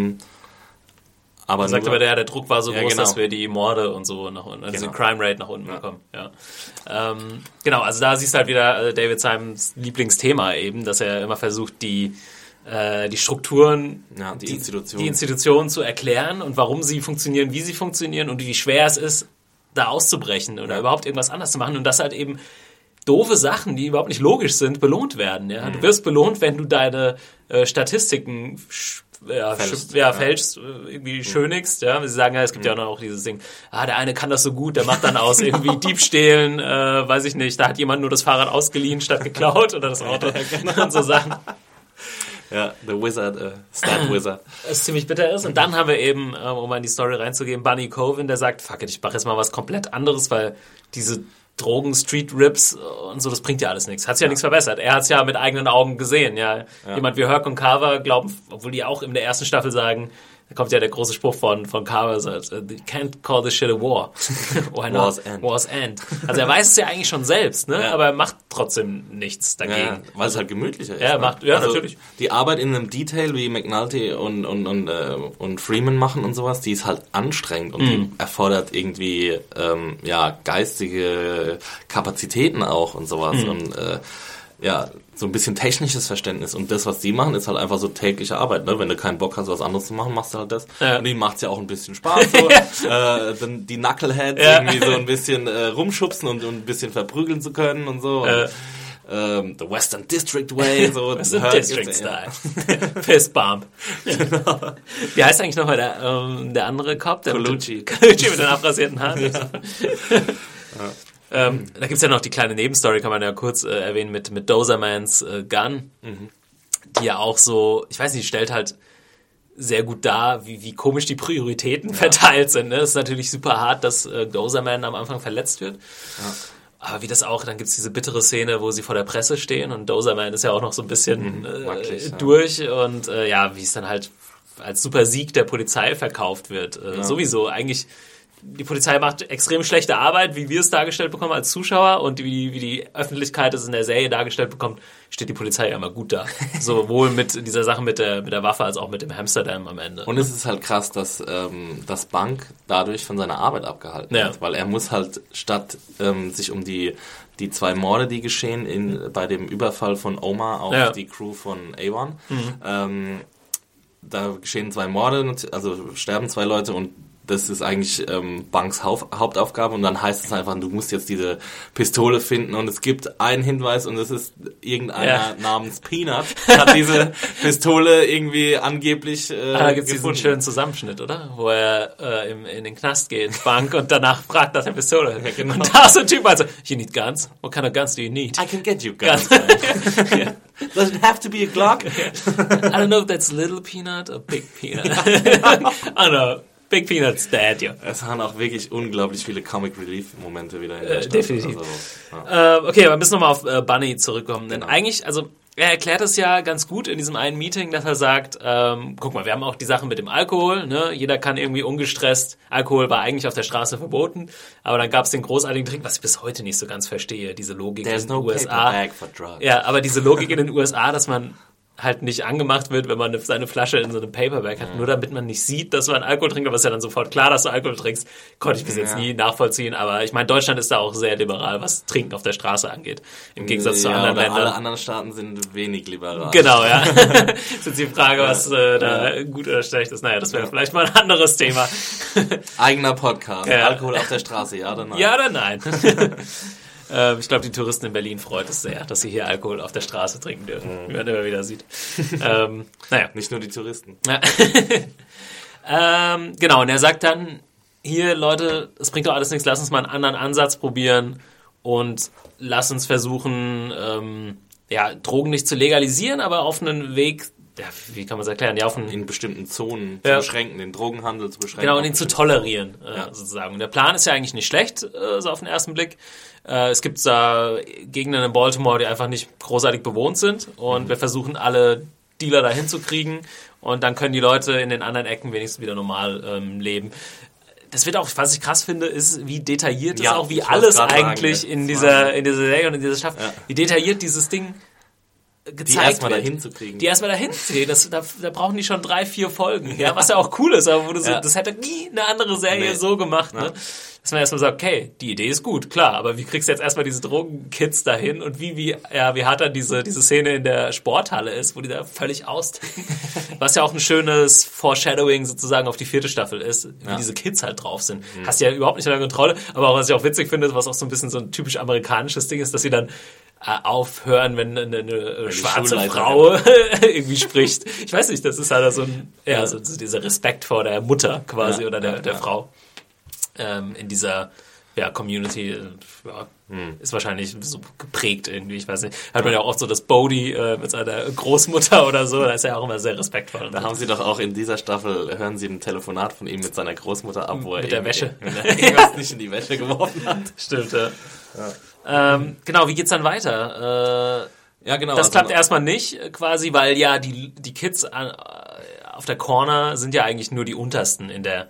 aber er sagt aber, der Druck war so groß, dass wir die Morde und so nach unten, also die Crime Rate nach unten bekommen. Ja. Genau, also da siehst du halt wieder David Simons Lieblingsthema eben, dass er immer versucht, die Strukturen, die Institutionen zu erklären und warum sie funktionieren, wie sie funktionieren und wie schwer es ist, da auszubrechen oder überhaupt irgendwas anders zu machen und das halt eben doofe Sachen, die überhaupt nicht logisch sind, belohnt werden. Ja? Du wirst belohnt, wenn du deine Statistiken fälschst, irgendwie schönigst. Ja? Sie sagen es gibt ja auch dieses Ding, der eine kann das so gut, der macht dann aus irgendwie Diebstählen, weiß ich nicht, da hat jemand nur das Fahrrad ausgeliehen statt geklaut oder das Auto und so Sachen. Ja, The Wizard, Stat Wizard. Es ziemlich bitter ist. Und dann haben wir eben, um mal in die Story reinzugehen, Bunny Colvin, der sagt, fuck it, ich mache jetzt mal was komplett anderes, weil diese Drogen, Street-Rips und so, das bringt ja alles nichts. Hat sich ja nichts verbessert. Er hat es ja mit eigenen Augen gesehen. Ja. Jemand wie Herc und Carver glauben, obwohl die auch in der ersten Staffel sagen, da kommt ja der große Spruch von Carver, sagt, you can't call this shit a war. Why not? War's end. Also er weiß es ja eigentlich schon selbst, ne? Aber er macht trotzdem nichts dagegen. Ja, weil es halt gemütlicher ist. Ja, natürlich. Die Arbeit in einem Detail, wie McNulty und Freeman machen und sowas, die ist halt anstrengend und die erfordert irgendwie geistige Kapazitäten auch und sowas und so ein bisschen technisches Verständnis. Und das, was die machen, ist halt einfach so tägliche Arbeit. Ne? Wenn du keinen Bock hast, was anderes zu machen, machst du halt das. Ja. Und denen macht's ja auch ein bisschen Spaß. So. Dann die Knuckleheads irgendwie so ein bisschen rumschubsen und ein bisschen verprügeln zu können und so. Und, the Western District Way. So. Western District Style. Fist Bump. Genau. Wie heißt eigentlich nochmal der andere Cop? Colucci mit den abrasierten Haaren. Da gibt's ja noch die kleine Nebenstory, kann man ja kurz erwähnen, mit Dozermans Gun, die ja auch so, ich weiß nicht, stellt halt sehr gut dar, wie komisch die Prioritäten verteilt sind. Ne? Das ist natürlich super hart, dass Dozerman am Anfang verletzt wird. Aber wie das auch, dann gibt's diese bittere Szene, wo sie vor der Presse stehen und Dozerman ist ja auch noch so ein bisschen wackelig, durch und wie es dann halt als super Sieg der Polizei verkauft wird. Sowieso eigentlich, die Polizei macht extrem schlechte Arbeit, wie wir es dargestellt bekommen als Zuschauer und wie die Öffentlichkeit es in der Serie dargestellt bekommt, steht die Polizei ja immer gut da. Sowohl mit dieser Sache mit der Waffe als auch mit dem Hamsterdam am Ende. Und es ist halt krass, dass das Bank dadurch von seiner Arbeit abgehalten wird, weil er muss halt statt sich um die 2 Morde, die geschehen bei dem Überfall von Omar auf die Crew von A1, da geschehen 2 Morde, also sterben 2 Leute und das ist eigentlich Banks Hauptaufgabe und dann heißt es einfach, du musst jetzt diese Pistole finden und es gibt einen Hinweis und es ist irgendeiner namens Peanut, hat diese Pistole irgendwie angeblich da gibt es diesen schönen Zusammenschnitt, oder? Wo er in den Knast geht, ins Bank und danach fragt nach der Pistole. Ja, genau. Und da ist ein Typ, also, you need guns? What kind of guns do you need? I can get you guns. Does it have to be a Glock? I don't know if that's little peanut or big peanut. I don't know. Big Peanut's dead, ja. Es haben auch wirklich unglaublich viele Comic-Relief-Momente wieder in der Stadt. Definitiv. Also, okay, aber müssen nochmal auf Bunny zurückkommen. Denn eigentlich, also er erklärt es ja ganz gut in diesem einen Meeting, dass er sagt, guck mal, wir haben auch die Sache mit dem Alkohol, ne? Jeder kann irgendwie ungestresst, Alkohol war eigentlich auf der Straße verboten, aber dann gab es den großartigen Trick, was ich bis heute nicht so ganz verstehe, diese Logik in den USA. Bag for drugs. Ja, aber diese Logik in den USA, dass man halt nicht angemacht wird, wenn man seine Flasche in so einem Paperback hat, nur damit man nicht sieht, dass man Alkohol trinkt, aber es ist ja dann sofort klar, dass du Alkohol trinkst, konnte ich bis jetzt nie nachvollziehen, aber ich meine, Deutschland ist da auch sehr liberal, was Trinken auf der Straße angeht, im Gegensatz zu anderen Ländern. Alle anderen Staaten sind wenig liberal. Genau, ja. Das ist jetzt die Frage, was da gut oder schlecht ist. Naja, das wäre vielleicht mal ein anderes Thema. Eigener Podcast. Alkohol auf der Straße, ja oder nein? Ja oder nein? Ich glaube, die Touristen in Berlin freut es sehr, dass sie hier Alkohol auf der Straße trinken dürfen, wie man immer wieder sieht. Naja. Nicht nur die Touristen. Genau, und er sagt dann, hier Leute, es bringt doch alles nichts, lass uns mal einen anderen Ansatz probieren und lass uns versuchen, Drogen nicht zu legalisieren, aber auf einen Weg, wie kann man es erklären? Ja, in bestimmten Zonen zu beschränken, den Drogenhandel zu beschränken. Genau, und ihn zu tolerieren, sozusagen. Und der Plan ist ja eigentlich nicht schlecht, so auf den ersten Blick. Es gibt da Gegenden in Baltimore, die einfach nicht großartig bewohnt sind und wir versuchen alle Dealer da hinzukriegen und dann können die Leute in den anderen Ecken wenigstens wieder normal leben. Das wird auch, was ich krass finde, ist, wie detailliert ist auch, wie alles eigentlich in dieser Serie und in dieser Staffel, wie detailliert dieses Ding gezeigt die erstmal dahin zu kriegen. Die erstmal dahin zu kriegen. Da brauchen die schon 3-4 Folgen, was ja auch cool ist, aber wo du das hätte nie eine andere Serie so gemacht, ne? Dass man erstmal sagt, okay, die Idee ist gut, klar, aber wie kriegst du jetzt erstmal diese Drogenkids dahin und wie hart dann diese Szene in der Sporthalle ist, wo die da völlig austicken, was ja auch ein schönes Foreshadowing sozusagen auf die 4. Staffel ist, wie diese Kids halt drauf sind. Hast du ja überhaupt nicht unter Kontrolle, aber auch was ich auch witzig finde, was auch so ein bisschen so ein typisch amerikanisches Ding ist, dass sie dann aufhören, wenn eine schwarze Frau irgendwie spricht. Ich weiß nicht, das ist halt so so dieser Respekt vor der Mutter quasi oder der Frau in dieser Community ist wahrscheinlich so geprägt irgendwie, ich weiß nicht. Hat man ja auch oft so das Bodhi mit seiner Großmutter oder so, da ist er ja auch immer sehr respektvoll. Da haben sie doch auch in dieser Staffel, hören sie ein Telefonat von ihm mit seiner Großmutter ab, wo er mit der Wäsche irgendwas nicht in die Wäsche geworfen hat. Stimmt, genau, wie geht's dann weiter? Genau. Das klappt erstmal nicht, quasi, weil ja die Kids auf der Corner sind ja eigentlich nur die untersten in der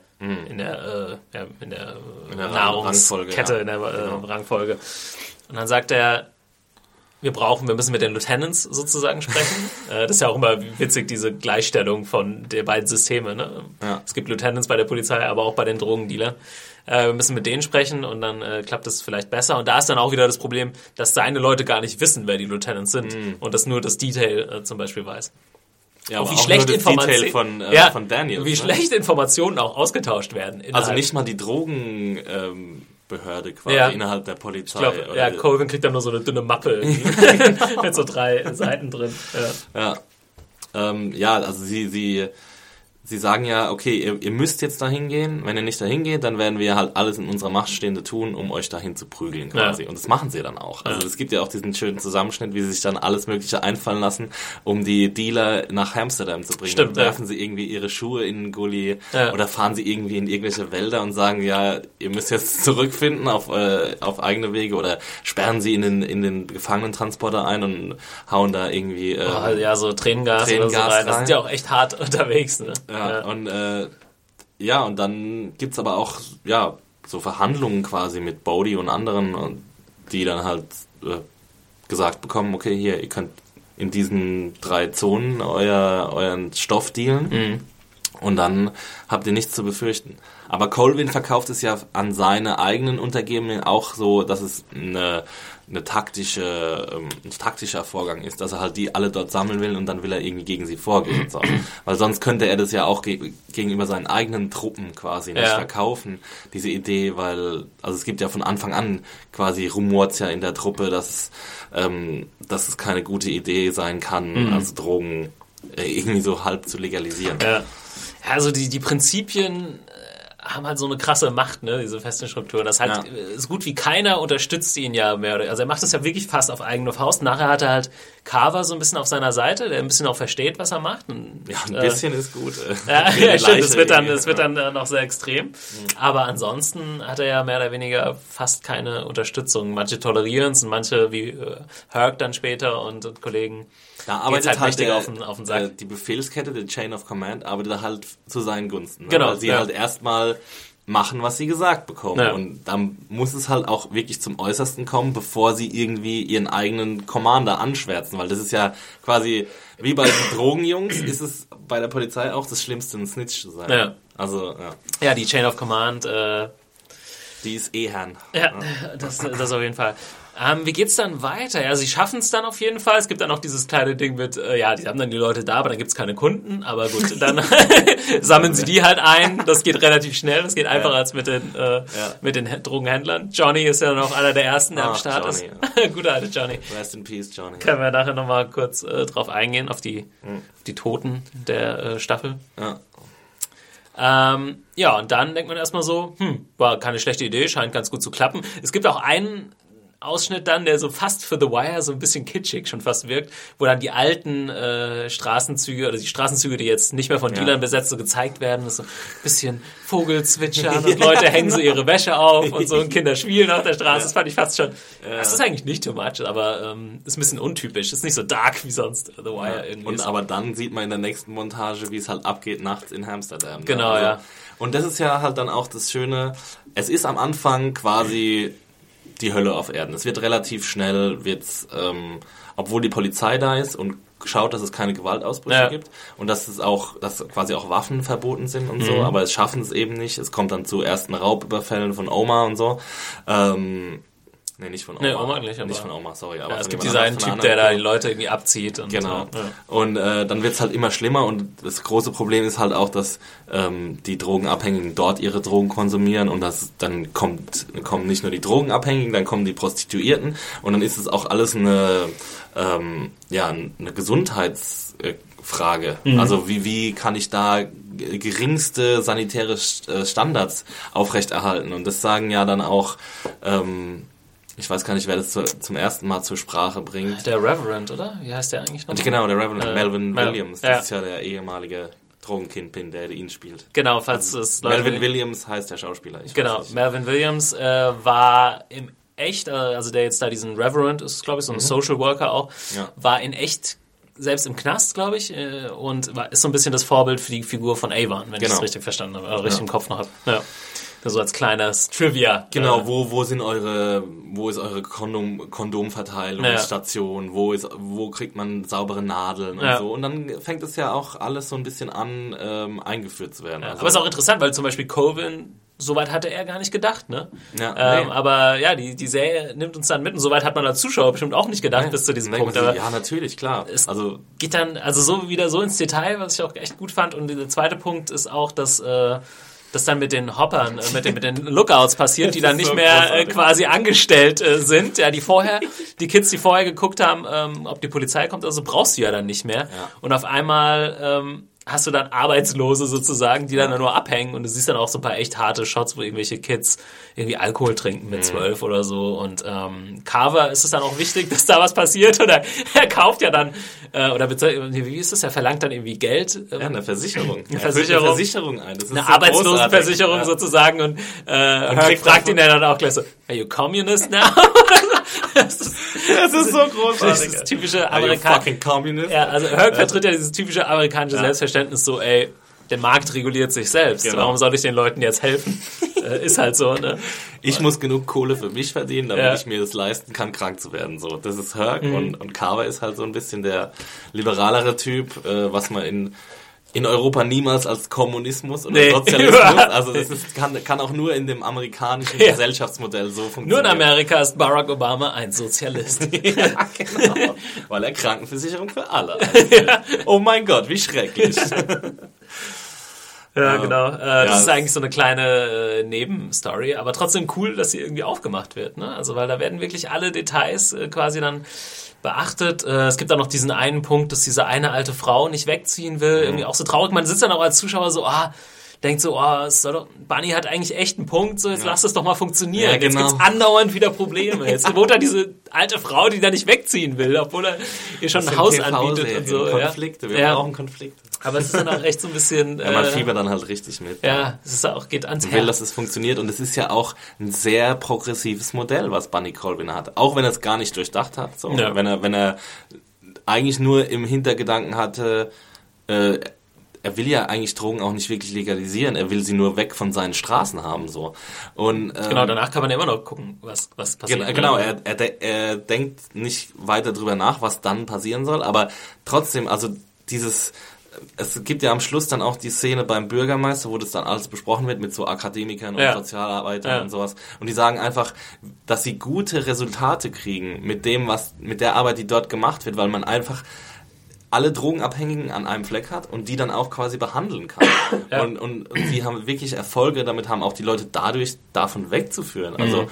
Nahrungskette, in der Rangfolge. Und dann sagt er, wir müssen mit den Lieutenants sozusagen sprechen. Das ist ja auch immer witzig, diese Gleichstellung von den beiden Systeme. Ne? Ja. Es gibt Lieutenants bei der Polizei, aber auch bei den Drogendealern. Wir müssen mit denen sprechen und dann klappt es vielleicht besser. Und da ist dann auch wieder das Problem, dass seine Leute gar nicht wissen, wer die Lieutenants sind und dass nur das Detail zum Beispiel weiß. Ja, aber wie schlecht Informationen von Daniel. Wie schlecht Informationen auch ausgetauscht werden. Also nicht mal die Drogenbehörde quasi innerhalb der Polizei. Ich glaube, Colvin kriegt dann nur so eine dünne Mappe mit so 3 Seiten drin. Also sie sie sagen ja, okay, ihr müsst jetzt dahin gehen. Wenn ihr nicht dahin geht, dann werden wir halt alles in unserer Macht Stehende tun, um euch dahin zu prügeln quasi. Ja. Und das machen sie dann auch. Also es gibt ja auch diesen schönen Zusammenschnitt, wie sie sich dann alles Mögliche einfallen lassen, um die Dealer nach Amsterdam zu bringen. Stimmt, dann werfen sie irgendwie ihre Schuhe in den Gully oder fahren sie irgendwie in irgendwelche Wälder und sagen, ja, ihr müsst jetzt zurückfinden auf eigene Wege oder sperren sie in den Gefangenentransporter ein und hauen da irgendwie so Tränengas oder so rein. Das sind ja auch echt hart unterwegs, ne? Ja. Und und dann gibt's aber auch so Verhandlungen quasi mit Bodhi und anderen, die dann halt gesagt bekommen, okay, hier, ihr könnt in diesen 3 Zonen euren Stoff dealen und dann habt ihr nichts zu befürchten. Aber Colvin verkauft es ja an seine eigenen Untergebenen auch so, dass es ein taktischer Vorgang ist, dass er halt die alle dort sammeln will und dann will er irgendwie gegen sie vorgehen. So. Weil sonst könnte er das ja auch gegenüber seinen eigenen Truppen quasi nicht verkaufen, diese Idee, weil, also es gibt ja von Anfang an quasi rumort's ja in der Truppe, dass es keine gute Idee sein kann, also Drogen irgendwie so halb zu legalisieren. Ja. Also die Prinzipien haben halt so eine krasse Macht, ne, diese festen Strukturen. Das halt so gut wie keiner unterstützt ihn ja mehr. Also er macht das ja wirklich fast auf eigene Faust. Nachher hat er halt Carver so ein bisschen auf seiner Seite, der ein bisschen auch versteht, was er macht. Und, ein bisschen ist gut. Ja, stimmt. Es wird dann noch sehr extrem. Aber ansonsten hat er ja mehr oder weniger fast keine Unterstützung. Manche tolerieren es und manche, wie Herc dann später und Kollegen, da arbeitet halt mächtig auf den Sack. Die Befehlskette, die Chain of Command, arbeitet halt zu seinen Gunsten. Ne? Genau. Weil sie halt erstmal machen, was sie gesagt bekommen. Ja. Und dann muss es halt auch wirklich zum Äußersten kommen, bevor sie irgendwie ihren eigenen Commander anschwärzen. Weil das ist ja quasi, wie bei den Drogenjungs, ist es bei der Polizei auch das Schlimmste, ein Snitch zu sein. Ja. Also, ja, die Chain of Command, die ist Herrn. Ja, das auf jeden Fall. Wie geht's dann weiter? Ja, sie schaffen es dann auf jeden Fall. Es gibt dann auch dieses kleine Ding mit, die haben dann die Leute da, aber dann gibt's keine Kunden. Aber gut, dann sammeln sie die halt ein. Das geht relativ schnell. Das geht einfacher als mit den Drogenhändlern. Johnny ist ja noch einer der ersten, der am Start ist. Guter alter Johnny. Rest in peace, Johnny. Können wir nachher nochmal kurz drauf eingehen, auf die Toten der Staffel. Ja. Und dann denkt man erstmal so, war keine schlechte Idee, scheint ganz gut zu klappen. Es gibt auch einen Ausschnitt dann, der so fast für The Wire so ein bisschen kitschig schon fast wirkt, wo dann die alten Straßenzüge oder die Straßenzüge, die jetzt nicht mehr von Dealern besetzt, so gezeigt werden, so ein bisschen Vogelzwitschern und Leute hängen so ihre Wäsche auf und so und Kinder spielen auf der Straße. Das fand ich fast schon, das ist eigentlich nicht too much, aber ist ein bisschen untypisch, ist nicht so dark wie sonst The Wire irgendwie. Und aber dann sieht man in der nächsten Montage, wie es halt abgeht nachts in Amsterdam. Genau, also, und das ist ja halt dann auch das Schöne, es ist am Anfang quasi die Hölle auf Erden. Es wird relativ schnell, obwohl die Polizei da ist und schaut, dass es keine Gewaltausbrüche gibt und dass quasi auch Waffen verboten sind und so, aber es schaffen es eben nicht. Es kommt dann zu ersten Raubüberfällen von Omar und so. Nee, nicht von Omar. Nee, Omar nicht, aber nicht von Omar, sorry. Aber es gibt diesen einen Typ, der da die Leute irgendwie abzieht. Und genau. Und dann wird's halt immer schlimmer und das große Problem ist halt auch, dass die Drogenabhängigen dort ihre Drogen konsumieren und dann kommen nicht nur die Drogenabhängigen, dann kommen die Prostituierten und dann ist es auch alles eine Gesundheitsfrage. Also wie kann ich da geringste sanitäre Standards aufrechterhalten? Und das sagen ja dann auch ich weiß gar nicht, wer das zum ersten Mal zur Sprache bringt. Der Reverend, oder? Wie heißt der eigentlich noch? Genau, der Reverend Melvin Williams. Das ist ja der ehemalige Drogenkingpin, der ihn spielt. Genau, falls es Melvin Williams heißt der Schauspieler. Melvin Williams war im echt, also der jetzt da diesen Reverend ist, glaube ich, so ein Social Worker auch, war in echt selbst im Knast, glaube ich, und ist so ein bisschen das Vorbild für die Figur von Avon, wenn ich das richtig verstanden habe, richtig im Kopf noch habe. Ja. So als kleines Trivia. Genau, wo ist eure Kondomverteilungsstation, wo kriegt man saubere Nadeln und so. Und dann fängt es ja auch alles so ein bisschen an, eingeführt zu werden. Ja, also, aber es ist auch interessant, weil zum Beispiel Colvin, soweit hatte er gar nicht gedacht, ne? Ja, aber ja, die Serie nimmt uns dann mit und soweit hat man als Zuschauer bestimmt auch nicht gedacht bis zu diesem Punkt. Aber ja, natürlich, klar. Es geht dann so wieder so ins Detail, was ich auch echt gut fand. Und der zweite Punkt ist auch, dass dann mit den Hoppern, mit den Lookouts passiert, die dann nicht mehr quasi angestellt sind. Ja, die Kids, die vorher geguckt haben, ob die Polizei kommt, also brauchst du ja dann nicht mehr. Ja. Und auf einmal hast du dann Arbeitslose sozusagen, die dann nur abhängen und du siehst dann auch so ein paar echt harte Shots, wo irgendwelche Kids irgendwie Alkohol trinken mit 12 oder so und Carver ist es dann auch wichtig, dass da was passiert oder er kauft ja dann wie ist das, er verlangt dann irgendwie Geld. Eine Versicherung. Eine Versicherung ein. Das ist eine so Arbeitslosenversicherung sozusagen und Herc fragt ihn dann auch gleich so, are you communist now? Das ist so großartig. Das typische Amerikanische. Ja, also Herc vertritt ja dieses typische amerikanische Selbstverständnis so, ey, der Markt reguliert sich selbst. Genau. Warum soll ich den Leuten jetzt helfen? Ist halt so, ne? Ich muss genug Kohle für mich verdienen, damit ich mir das leisten kann, krank zu werden. So, das ist Herc und Carver ist halt so ein bisschen der liberalere Typ, was man in Europa niemals als Kommunismus oder Sozialismus, also das kann auch nur in dem amerikanischen Gesellschaftsmodell so funktionieren. Nur in Amerika ist Barack Obama ein Sozialist. Ja, genau. Weil er Krankenversicherung für alle hat. Oh mein Gott, wie schrecklich. Ja, genau. Das ist eigentlich so eine kleine Nebenstory, aber trotzdem cool, dass sie irgendwie aufgemacht wird, ne? Also, weil da werden wirklich alle Details quasi dann beachtet. Es gibt auch noch diesen einen Punkt, dass diese eine alte Frau nicht wegziehen will. Irgendwie auch so traurig. Man sitzt dann auch als Zuschauer so, denkt so, Bunny hat eigentlich echt einen Punkt, so jetzt lass es doch mal funktionieren. Ja, genau. Jetzt gibt's andauernd wieder Probleme. Jetzt wohnt da diese alte Frau, die da nicht wegziehen will, obwohl er ihr schon ein Haus anbietet und so. Konflikte, wir brauchen Konflikte. Aber es ist dann auch echt so ein bisschen... man fiebert dann halt richtig mit. Ja, es ist auch, geht ans Herz. Will, dass es funktioniert und es ist ja auch ein sehr progressives Modell, was Bunny Colvin hat. Auch wenn er es gar nicht durchdacht hat. So. Ja. Wenn er eigentlich nur im Hintergedanken hatte, er will ja eigentlich Drogen auch nicht wirklich legalisieren, er will sie nur weg von seinen Straßen haben. So. Und, genau, danach kann man ja immer noch gucken, was passiert. Genau, er denkt nicht weiter drüber nach, was dann passieren soll, aber trotzdem, also es gibt ja am Schluss dann auch die Szene beim Bürgermeister, wo das dann alles besprochen wird mit so Akademikern und Sozialarbeitern und sowas. Und die sagen einfach, dass sie gute Resultate kriegen mit der Arbeit, die dort gemacht wird, weil man einfach alle Drogenabhängigen an einem Fleck hat und die dann auch quasi behandeln kann. Ja. Und sie haben wirklich Erfolge damit, haben auch die Leute dadurch davon wegzuführen. Also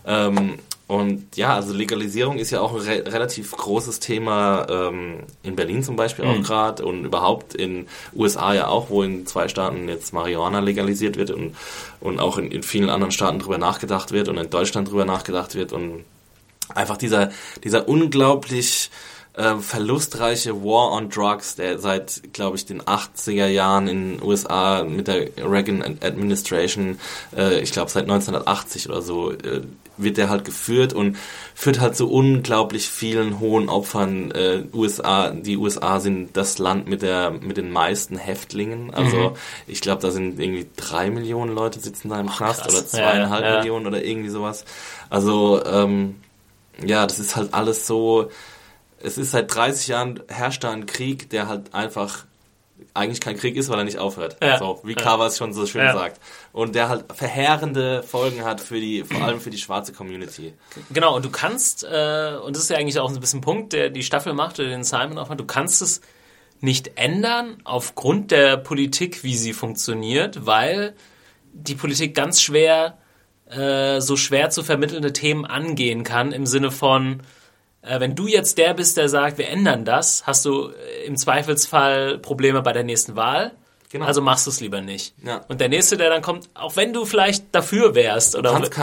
also Legalisierung ist ja auch ein relativ großes Thema in Berlin zum Beispiel auch gerade und überhaupt in USA ja auch, wo in 2 Staaten jetzt Marihuana legalisiert wird und auch in vielen anderen Staaten drüber nachgedacht wird und in Deutschland drüber nachgedacht wird und einfach dieser unglaublich verlustreiche War on Drugs, der seit, glaube ich, den 80er Jahren in den USA mit der Reagan Administration, ich glaube seit 1980 oder so, wird der halt geführt und führt halt zu unglaublich vielen hohen Opfern. Die USA sind das Land mit den meisten Häftlingen. Also ich glaube, da sind irgendwie 3 Millionen Leute sitzen da im Knast oder 2,5 Millionen oder irgendwie sowas. Also das ist halt alles so. Es ist seit 30 Jahren herrscht da ein Krieg, der halt einfach eigentlich kein Krieg ist, weil er nicht aufhört. Ja. So, wie Carver es schon so schön sagt. Und der halt verheerende Folgen hat vor allem für die schwarze Community. Genau, und du kannst, und das ist ja eigentlich auch ein bisschen ein Punkt, der die Staffel macht, oder den Simon aufmacht, du kannst es nicht ändern aufgrund der Politik, wie sie funktioniert, weil die Politik ganz schwer, so schwer zu vermittelnde Themen angehen kann, im Sinne von, wenn du jetzt der bist, der sagt, wir ändern das, hast du im Zweifelsfall Probleme bei der nächsten Wahl. Genau. Also machst du es lieber nicht. Ja. Und der Nächste, der dann kommt, auch wenn du vielleicht dafür wärst. Oder du kannst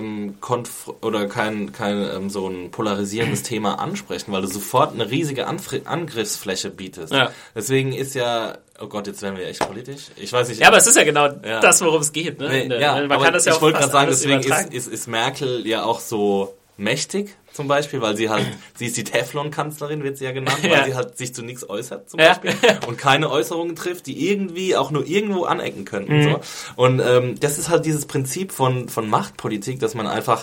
kein so ein polarisierendes Thema ansprechen, weil du sofort eine riesige Angriffsfläche bietest. Ja. Deswegen ist ja... Oh Gott, jetzt werden wir echt politisch. Ich weiß nicht. Ja, aber es ist ja genau das, worum es geht. Ne? Man kann das ja auch wollte gerade sagen, deswegen ist Merkel ja auch so mächtig, zum Beispiel, weil sie ist die Teflon-Kanzlerin, wird sie ja genannt, weil sie halt sich zu nichts äußert, zum Beispiel, und keine Äußerungen trifft, die irgendwie auch nur irgendwo anecken könnten. So. Und das ist halt dieses Prinzip von Machtpolitik, dass man einfach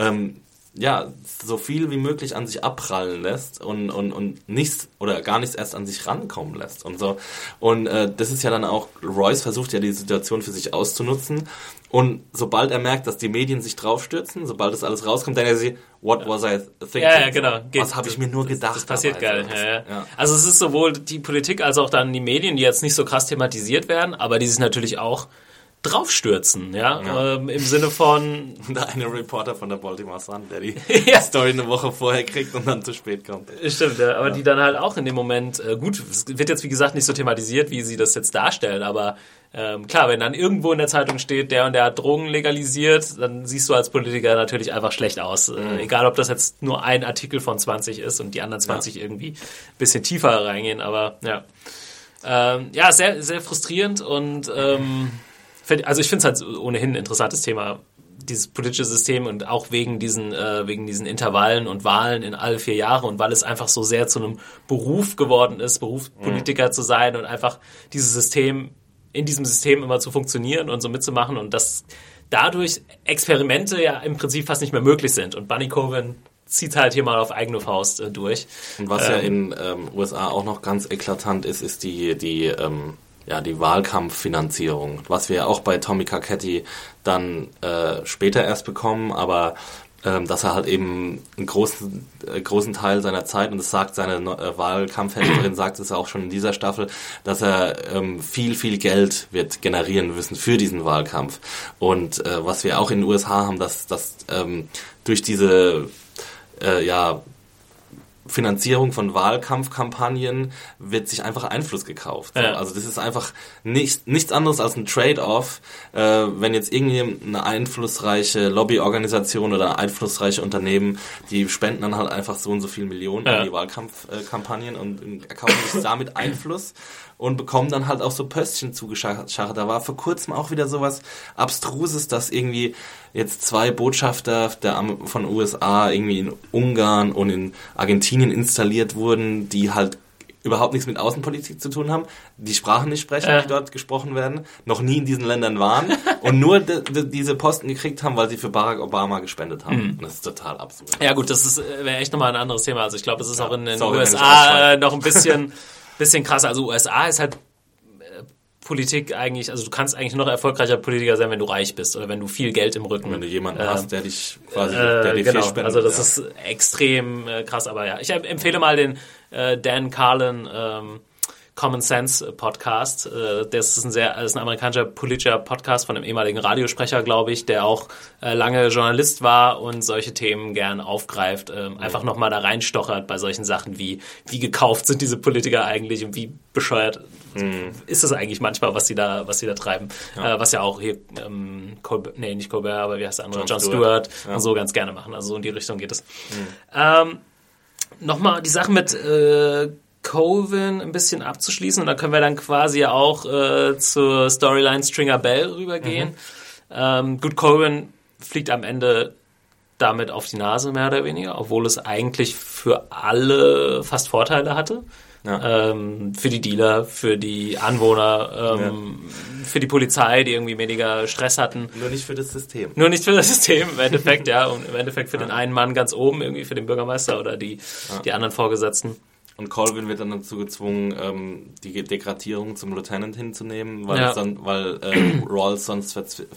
so viel wie möglich an sich abprallen lässt und nichts oder gar nichts erst an sich rankommen lässt und so. Und das ist ja dann auch, Royce versucht ja die Situation für sich auszunutzen und sobald er merkt, dass die Medien sich draufstürzen, sobald das alles rauskommt, denkt er sich, what was I thinking? Ja, genau. Was habe ich mir nur gedacht? Das passiert geil. Ja. Also es ist sowohl die Politik als auch dann die Medien, die jetzt nicht so krass thematisiert werden, aber die sich natürlich auch draufstürzen, im Sinne von... Der eine Reporter von der Baltimore Sun, der die Story eine Woche vorher kriegt und dann zu spät kommt. Stimmt, aber die dann halt auch in dem Moment, gut, es wird jetzt wie gesagt nicht so thematisiert, wie sie das jetzt darstellen, aber klar, wenn dann irgendwo in der Zeitung steht, der und der hat Drogen legalisiert, dann siehst du als Politiker natürlich einfach schlecht aus. Egal, ob das jetzt nur ein Artikel von 20 ist und die anderen 20 irgendwie ein bisschen tiefer reingehen, aber sehr, sehr frustrierend und also ich finde es halt ohnehin ein interessantes Thema, dieses politische System und auch wegen diesen Intervallen und Wahlen in alle 4 Jahre und weil es einfach so sehr zu einem Beruf geworden ist, Berufspolitiker zu sein und einfach in diesem System immer zu funktionieren und so mitzumachen und dass dadurch Experimente ja im Prinzip fast nicht mehr möglich sind und Bunny Coven zieht halt hier mal auf eigene Faust durch. Und was ja in USA auch noch ganz eklatant ist die Wahlkampffinanzierung, was wir ja auch bei Tommy Carcetti dann später erst bekommen, aber dass er halt eben einen großen Teil seiner Zeit, und das sagt seine Wahlkampfhelferin, sagt es auch schon in dieser Staffel, dass er viel, viel Geld wird generieren müssen für diesen Wahlkampf. Und was wir auch in den USA haben, dass durch diese Finanzierung von Wahlkampfkampagnen wird sich einfach Einfluss gekauft. Ja. Also das ist einfach nichts anderes als ein Trade-off. Wenn jetzt irgendwie eine einflussreiche Lobbyorganisation oder eine einflussreiche Unternehmen, die spenden dann halt einfach so und so viel Millionen an die Wahlkampfkampagnen und erkaufen sich damit Einfluss und bekommen dann halt auch so Pöstchen zugeschachert. Da war vor kurzem auch wieder sowas Abstruses, dass irgendwie jetzt 2 Botschafter von USA irgendwie in Ungarn und in Argentinien installiert wurden, die halt überhaupt nichts mit Außenpolitik zu tun haben, die Sprachen nicht sprechen, die dort gesprochen werden, noch nie in diesen Ländern waren und nur diese Posten gekriegt haben, weil sie für Barack Obama gespendet haben. Und das ist total absurd. Ja gut, das wäre echt nochmal ein anderes Thema. Also ich glaube, es ist auch in den USA noch ein bisschen krasser. Also USA ist halt Politik eigentlich, also du kannst eigentlich noch erfolgreicher Politiker sein, wenn du reich bist oder wenn du viel Geld im Rücken. Wenn du jemanden hast, der dich quasi, der dir viel spendet. Also das ist extrem krass, aber ja. Ich empfehle mal den Dan Carlin Common Sense Podcast. Das ist ein amerikanischer politischer Podcast von einem ehemaligen Radiosprecher, glaube ich, der auch lange Journalist war und solche Themen gern aufgreift. Einfach nochmal da reinstochert bei solchen Sachen wie gekauft sind diese Politiker eigentlich und wie bescheuert ist es eigentlich manchmal, was sie da treiben. Ja. Was ja auch hier nicht Colbert, aber wie heißt der andere? Jon Stewart und so ganz gerne machen. Also so in die Richtung geht es. Nochmal die Sache mit Coven ein bisschen abzuschließen und da können wir dann quasi auch zur Storyline Stringer Bell rübergehen. Gut, Coven fliegt am Ende damit auf die Nase, mehr oder weniger, obwohl es eigentlich für alle fast Vorteile hatte. Ja. Für die Dealer, für die Anwohner, für die Polizei, die irgendwie weniger Stress hatten. Nur nicht für das System. Nur nicht für das System, im Endeffekt, ja. Und im Endeffekt für den einen Mann ganz oben, irgendwie für den Bürgermeister oder die anderen Vorgesetzten. Und Colvin wird dann dazu gezwungen, die Degradierung zum Lieutenant hinzunehmen, weil Rawls sonst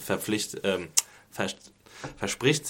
verspricht,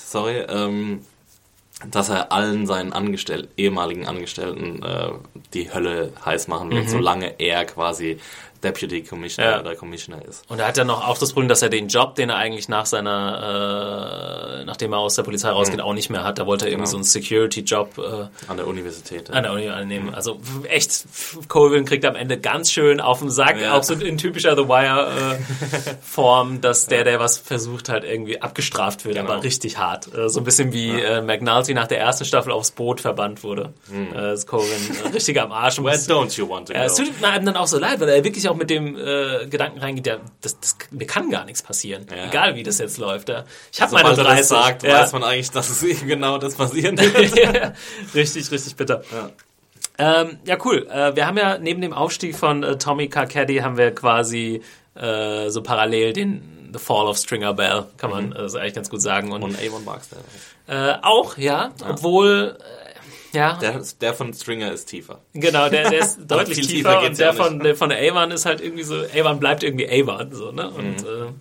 dass er allen seinen ehemaligen Angestellten die Hölle heiß machen wird, solange er quasi Deputy Commissioner oder Commissioner ist. Und er hat ja noch auch das Problem, dass er den Job, den er eigentlich nachdem er aus der Polizei rausgeht, auch nicht mehr hat. Da wollte er irgendwie so einen Security-Job an der Universität. An der Uni annehmen. Also echt, Colvin kriegt am Ende ganz schön auf den Sack, auch so in typischer The Wire-Form, dass der was versucht hat, irgendwie abgestraft wird, aber richtig hart. So ein bisschen wie McNulty nach der ersten Staffel aufs Boot verbannt wurde. Ist Colvin richtig am Arsch. Where don't you want to go? Es tut einem dann auch so leid, weil er wirklich auch mit dem Gedanken reingeht, mir kann gar nichts passieren. Ja. Egal, wie das jetzt läuft. Ja. Ich habe meine 30. Sagt, weiß man eigentlich, dass es eben genau das passieren wird. Richtig, richtig bitter. Ja, cool. Wir haben ja neben dem Aufstieg von Tommy Carcetti haben wir quasi so parallel The Fall of Stringer Bell, kann man das eigentlich ganz gut sagen. Und Avon Barksdale. Auch, obwohl... Der von Stringer ist tiefer. Genau, der ist deutlich tiefer und der von Avon ist halt irgendwie so, Avon bleibt irgendwie Avon, so, ne? Und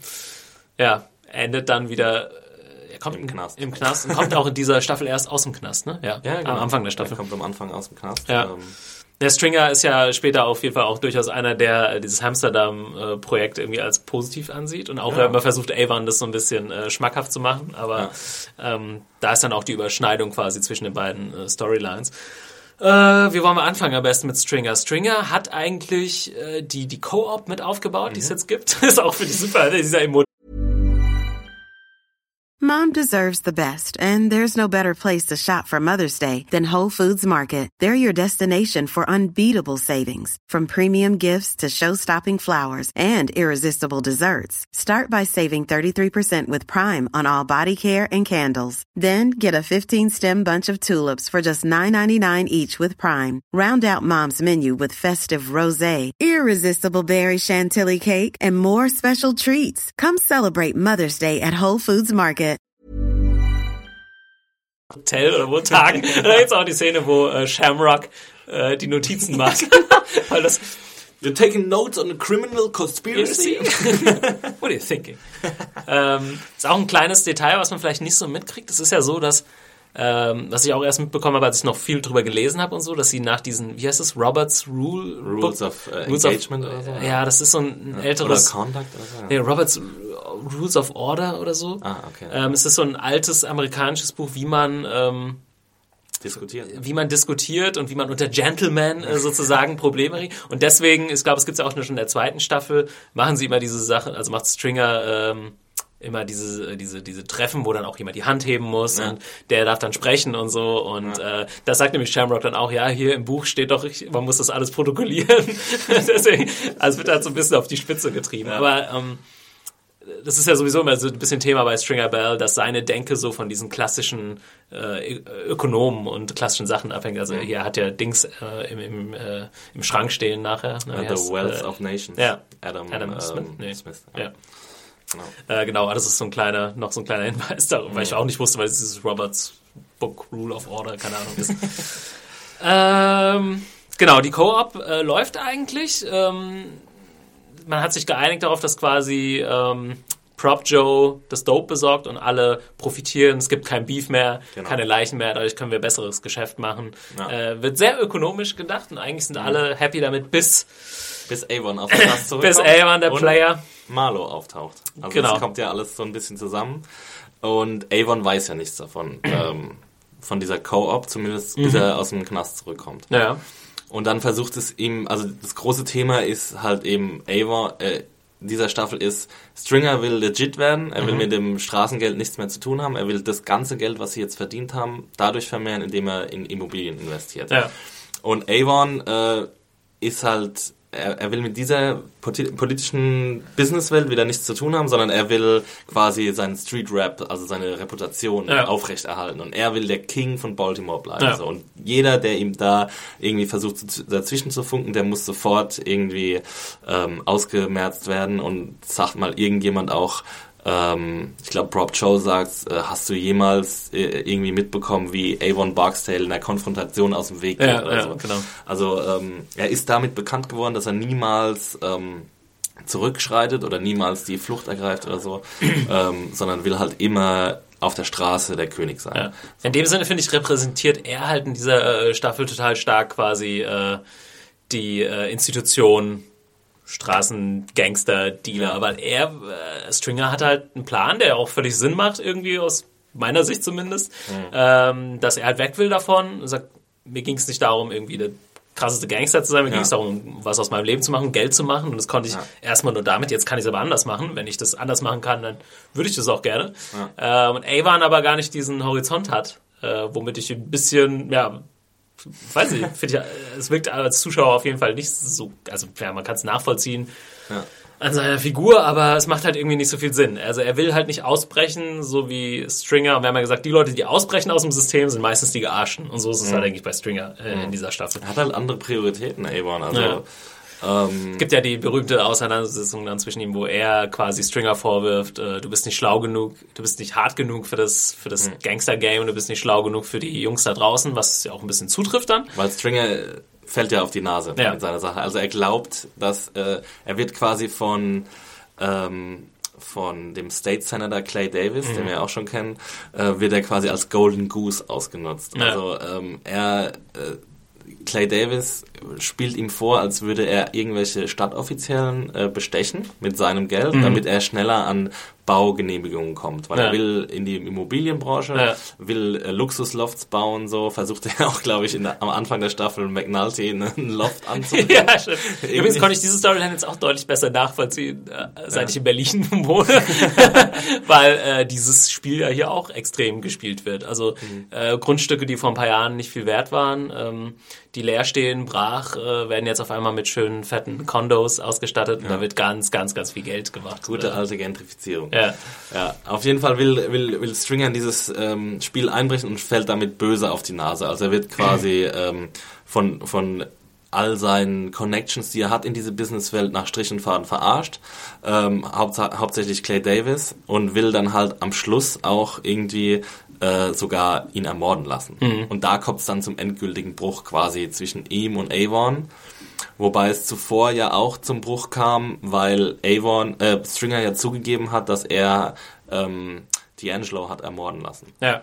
endet dann wieder, er kommt im Knast und kommt auch in dieser Staffel erst aus dem Knast, ne? Ja, genau. Am Anfang der Staffel. Er kommt am Anfang aus dem Knast. Ja. Der Stringer ist ja später auf jeden Fall auch durchaus einer, der dieses Amsterdam-Projekt irgendwie als positiv ansieht und auch immer versucht, Avon das so ein bisschen schmackhaft zu machen, aber da ist dann auch die Überschneidung quasi zwischen den beiden Storylines. Wie wollen wir anfangen am besten mit Stringer? Stringer hat eigentlich die Co-op mit aufgebaut, die es jetzt gibt. Ist auch für die super, dieser Emotion. Mom deserves the best, and there's no better place to shop for Mother's Day than Whole Foods Market. They're your destination for unbeatable savings, from premium gifts to show-stopping flowers and irresistible desserts. Start by saving 33% with Prime on all body care and candles. Then get a 15-stem bunch of tulips for just $9.99 each with Prime. Round out Mom's menu with festive rosé, irresistible berry chantilly cake, and more special treats. Come celebrate Mother's Day at Whole Foods Market. Hotel oder wo tagen. Da gibt's auch die Szene, wo Shamrock die Notizen macht. Weil das You're taking notes on a criminal conspiracy? What are you thinking? Ist auch ein kleines Detail, was man vielleicht nicht so mitkriegt. Es ist ja so, dass was ich auch erst mitbekommen habe, als ich noch viel drüber gelesen habe und so, dass sie nach diesen, wie heißt es, Roberts Rules of Engagement oder so? Ja, das ist so ein älteres... Oder Conduct oder so? Nee, Roberts Rules of Order oder so. Ah, okay. Es ist so ein altes amerikanisches Buch, wie man diskutiert und wie man unter Gentlemen sozusagen Probleme regelt. Und deswegen, ich glaube, es gibt es ja auch schon in der zweiten Staffel, machen sie immer diese Sachen, also macht Stringer immer diese Treffen, wo dann auch jemand die Hand heben muss und der darf dann sprechen und so. Und das sagt nämlich Shamrock dann auch, ja, hier im Buch steht doch, man muss das alles protokollieren. Deswegen, also wird halt so ein bisschen auf die Spitze getrieben. Ja. Aber das ist ja sowieso immer so ein bisschen Thema bei Stringer Bell, dass seine Denke so von diesen klassischen Ökonomen und klassischen Sachen abhängt. Also hier hat ja Dings im Schrank stehen nachher. Ne, The Wealth of Nations. Ja. Adam Smith. Nee. Smith. Ja. Genau, das ist so ein kleiner Hinweis darüber, weil ich auch nicht wusste, weil es dieses Roberts Book Rule of Order, keine Ahnung ist. Genau, die Co-op läuft eigentlich. Man hat sich geeinigt darauf, dass quasi Prop Joe das Dope besorgt und alle profitieren. Es gibt kein Beef mehr, keine Leichen mehr, dadurch können wir besseres Geschäft machen. Ja. Wird sehr ökonomisch gedacht und eigentlich sind alle happy damit, bis Avon auf das zurückkommt. Bis Avon, der Player. Marlo auftaucht. Also genau. Das kommt ja alles so ein bisschen zusammen. Und Avon weiß ja nichts davon, von dieser Co-op, zumindest bis er aus dem Knast zurückkommt. Ja. Und dann versucht es ihm, also das große Thema ist halt eben Avon, dieser Staffel ist, Stringer will legit werden, er will mit dem Straßengeld nichts mehr zu tun haben, er will das ganze Geld, was sie jetzt verdient haben, dadurch vermehren, indem er in Immobilien investiert. Ja. Und Avon ist halt, er will mit dieser politischen Businesswelt wieder nichts zu tun haben, sondern er will quasi seinen Street-Rap, also seine Reputation aufrechterhalten. Und er will der King von Baltimore bleiben. Ja. So. Und jeder, der ihm da irgendwie versucht, dazwischen zu funken, der muss sofort irgendwie ausgemerzt werden. Und sagt mal irgendjemand auch, ich glaube, Prop Joe sagt, hast du jemals irgendwie mitbekommen, wie Avon Barksdale in der Konfrontation aus dem Weg geht oder so. Genau. Also er ist damit bekannt geworden, dass er niemals zurückschreitet oder niemals die Flucht ergreift oder so, sondern will halt immer auf der Straße der König sein. Ja. In dem Sinne, finde ich, repräsentiert er halt in dieser Staffel total stark quasi die Institution Straßengangster, Dealer, aber Stringer hat halt einen Plan, der auch völlig Sinn macht, irgendwie aus meiner Sicht zumindest, dass er halt weg will davon und sagt, mir ging es nicht darum, irgendwie der krasseste Gangster zu sein, mir ging es darum, was aus meinem Leben zu machen, Geld zu machen und das konnte ich erstmal nur damit, jetzt kann ich es aber anders machen, wenn ich das anders machen kann, dann würde ich das auch gerne. Ja. Und Avon aber gar nicht diesen Horizont hat, womit ich ein bisschen, weiß ich, finde ich, es wirkt als Zuschauer auf jeden Fall nicht so, also man kann es nachvollziehen an seiner Figur, aber es macht halt irgendwie nicht so viel Sinn. Also er will halt nicht ausbrechen, so wie Stringer. Und wir haben ja gesagt, die Leute, die ausbrechen aus dem System, sind meistens die Gearschen. Und so ist es halt eigentlich bei Stringer in dieser Staffel. Er hat halt andere Prioritäten, Avon. Also es gibt ja die berühmte Auseinandersetzung dann zwischen ihm, wo er quasi Stringer vorwirft, du bist nicht schlau genug, du bist nicht hart genug für das Gangster-Game, du bist nicht schlau genug für die Jungs da draußen, was ja auch ein bisschen zutrifft dann. Weil Stringer fällt ja auf die Nase in seiner Sache. Also er glaubt, dass er wird quasi von dem State Senator Clay Davis, den wir auch schon kennen, wird er quasi als Golden Goose ausgenutzt. Ja. Also Clay Davis spielt ihm vor, als würde er irgendwelche Stadtoffiziellen bestechen mit seinem Geld, damit er schneller an Baugenehmigungen kommt, weil er will in die Immobilienbranche, will Luxuslofts bauen, so versucht er auch, glaube ich, am Anfang der Staffel McNulty einen Loft anzubringen. Ja, stimmt. Übrigens konnte ich diese Storyline jetzt auch deutlich besser nachvollziehen, seit ich in Berlin wohne, weil dieses Spiel ja hier auch extrem gespielt wird. Also Grundstücke, die vor ein paar Jahren nicht viel wert waren, die leer stehen, brach, werden jetzt auf einmal mit schönen, fetten Condos ausgestattet und da wird ganz, ganz, ganz viel Geld gemacht. Gute alte Gentrifizierung. Ja, auf jeden Fall will Stringer in dieses Spiel einbrechen und fällt damit böse auf die Nase. Also er wird quasi von all seinen Connections, die er hat in diese Businesswelt, nach Strich und Faden verarscht. Hauptsächlich Clay Davis, und will dann halt am Schluss auch irgendwie sogar ihn ermorden lassen. Und da kommt es dann zum endgültigen Bruch quasi zwischen ihm und Avon. Wobei es zuvor ja auch zum Bruch kam, weil Stringer ja zugegeben hat, dass er D'Angelo hat ermorden lassen. Ja.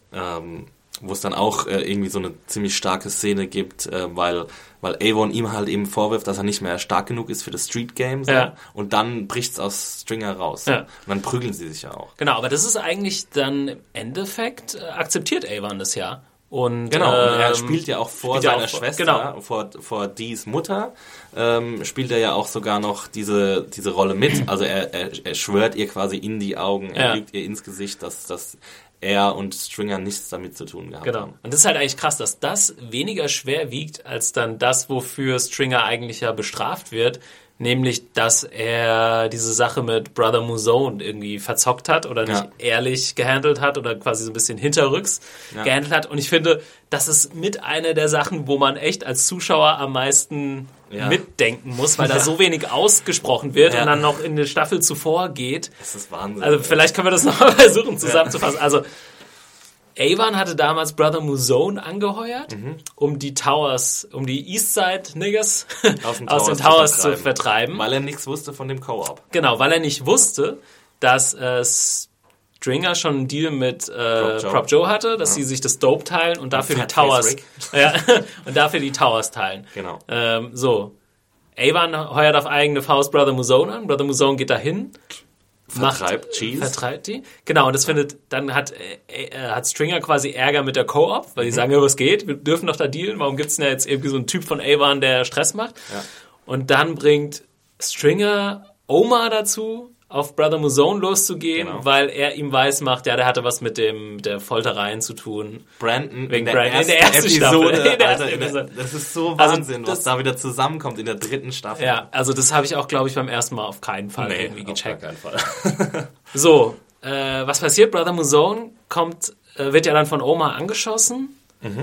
Wo es dann auch irgendwie so eine ziemlich starke Szene gibt, weil Avon ihm halt eben vorwirft, dass er nicht mehr stark genug ist für das Street Game. So. Ja. Und dann bricht's aus Stringer raus. Ja. Und dann prügeln sie sich ja auch. Genau, aber das ist eigentlich dann im Endeffekt, akzeptiert Avon das ja. Und, genau, und er spielt ja auch vor seiner Schwester, genau. vor Dees Mutter, spielt er ja auch sogar noch diese Rolle mit. Also er schwört ihr quasi in die Augen, er lügt ihr ins Gesicht, dass er und Stringer nichts damit zu tun gehabt haben. Und das ist halt eigentlich krass, dass das weniger schwer wiegt, als dann das, wofür Stringer eigentlich ja bestraft wird, nämlich, dass er diese Sache mit Brother Mouzone irgendwie verzockt hat oder nicht ehrlich gehandelt hat oder quasi so ein bisschen hinterrücks gehandelt hat. Und ich finde, das ist mit einer der Sachen, wo man echt als Zuschauer am meisten mitdenken muss, weil da so wenig ausgesprochen wird und dann noch in eine Staffel zuvor geht. Das ist Wahnsinn. Also vielleicht können wir das nochmal versuchen zusammenzufassen. Also Avon hatte damals Brother Mouzone angeheuert, um die Eastside Niggas aus den Towers zu vertreiben. Weil er nichts wusste von dem Co-op. Genau, weil er nicht wusste, dass Stringer schon einen Deal mit Prop Joe hatte, dass sie sich das Dope teilen und dafür die Towers und dafür die Towers teilen. Genau. Avon heuert auf eigene Faust Brother Mouzone an. Brother Mouzone geht dahin. Vertreibt die. Genau, und das dann hat Stringer quasi Ärger mit der Co-op, weil die sagen, was geht, wir dürfen doch da dealen, warum gibt's denn da jetzt irgendwie so einen Typ von Avon, der Stress macht? Ja. Und dann bringt Stringer Omar dazu, auf Brother Mouzone loszugehen, weil er ihm weismacht, der hatte was mit der Foltereien zu tun. Brandon in der ersten Staffel. Das ist so Wahnsinn, was da wieder zusammenkommt in der 3. Staffel. Ja, also das habe ich auch, glaube ich, beim ersten Mal auf keinen Fall irgendwie gecheckt. Auf gar keinen Fall. So, was passiert? Brother Mouzone wird ja dann von Omar angeschossen.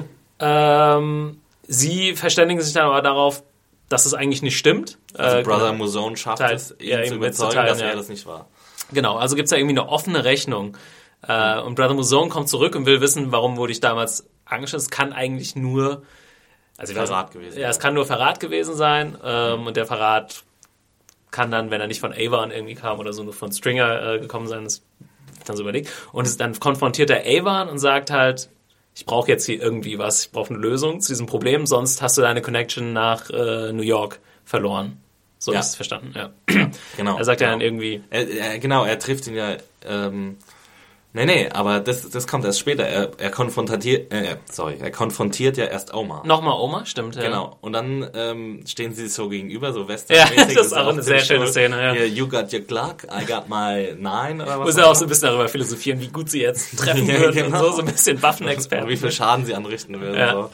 Sie verständigen sich dann aber darauf, dass es eigentlich nicht stimmt. Also Brother Mouzone schafft es, ihn zu überzeugen, dass er das nicht war. Genau, also gibt es da irgendwie eine offene Rechnung. Und Brother Mouzone kommt zurück und will wissen, warum wurde ich damals angeschossen. Es kann eigentlich nur Verrat gewesen sein. Ja, es kann nur Verrat gewesen sein. Und der Verrat kann dann, wenn er nicht von Avon irgendwie kam oder so, nur von Stringer gekommen sein. Das wird dann so überlegt. Und dann konfrontiert er Avon und sagt halt, ich brauche jetzt hier irgendwie was, ich brauche eine Lösung zu diesem Problem, sonst hast du deine Connection nach New York verloren. So ist es verstanden, ja. Genau. Er sagt ja dann irgendwie... Er trifft ihn ja... aber das kommt erst später. Er konfrontiert ja erst Omar. Nochmal Omar, stimmt, ja. Genau. Und dann stehen sie so gegenüber, so westernmäßig. Ja, das ist auch eine sehr schöne Szene, ja. You got your Glock, I got my 9 oder was. Muss ja auch so ein bisschen darüber philosophieren, wie gut sie jetzt treffen würden und so ein bisschen Waffenexperten. Und wie viel Schaden sie anrichten würden. Ja.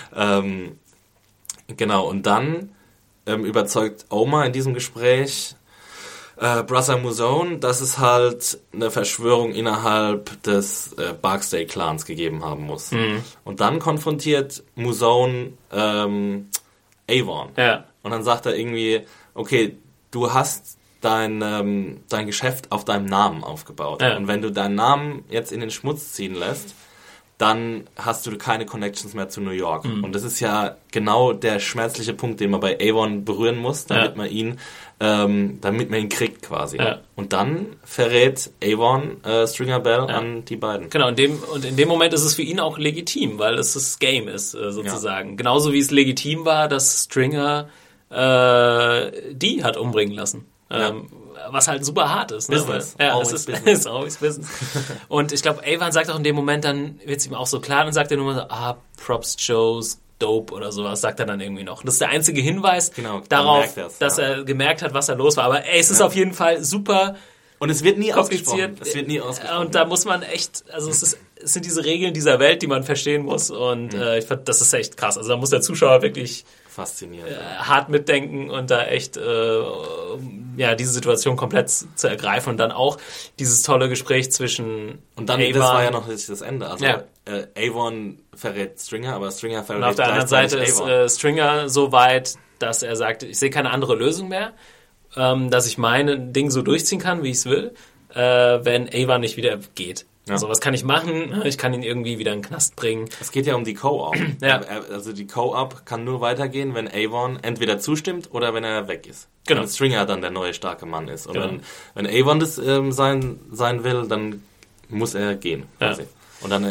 So. Genau, und dann überzeugt Omar in diesem Gespräch Brother Mouzone, dass es halt eine Verschwörung innerhalb des Barksdale-Clans gegeben haben muss. Und dann konfrontiert Mouzone Avon. Ja. Und dann sagt er irgendwie, okay, du hast dein Geschäft auf deinem Namen aufgebaut. Ja. Und wenn du deinen Namen jetzt in den Schmutz ziehen lässt, dann hast du keine Connections mehr zu New York. Und das ist ja genau der schmerzliche Punkt, den man bei Avon berühren muss, damit man ihn kriegt quasi. Ja. Und dann verrät Avon Stringer Bell an die beiden. Genau, in dem Moment ist es für ihn auch legitim, weil es das Game ist, sozusagen. Ja. Genauso wie es legitim war, dass Stringer die hat umbringen lassen. Was halt super hart ist. Ne? Business. Ja, es ist always business. Und ich glaube, Avon sagt auch in dem Moment, dann wird es ihm auch so klar, dann sagt er nur mal so, Props, Joes, dope oder sowas, sagt er dann irgendwie noch. Das ist der einzige Hinweis darauf, dass er gemerkt hat, was da los war. Aber es ist auf jeden Fall super. Und es wird nie ausgesprochen. Und da muss man echt, also es sind diese Regeln dieser Welt, die man verstehen muss. Und ich fand, das ist echt krass. Also da muss der Zuschauer wirklich faszinierend hart mitdenken und da echt diese Situation komplett zu ergreifen. Und dann auch dieses tolle Gespräch zwischen und dann, Avon, das war ja noch das Ende. Also Avon verrät Stringer, aber Stringer verrät und auf der anderen Seite ist Stringer so weit, dass er sagt, ich sehe keine andere Lösung mehr, dass ich mein Ding so durchziehen kann, wie ich es will, wenn Avon nicht wieder geht. Ja. Also was kann ich machen? Ich kann ihn irgendwie wieder in den Knast bringen. Es geht ja um die Co-op. Also die Co-op kann nur weitergehen, wenn Avon entweder zustimmt oder wenn er weg ist. Genau. Wenn Stringer dann der neue starke Mann ist. Und wenn Avon das sein will, dann muss er gehen. Quasi. Ja. Und dann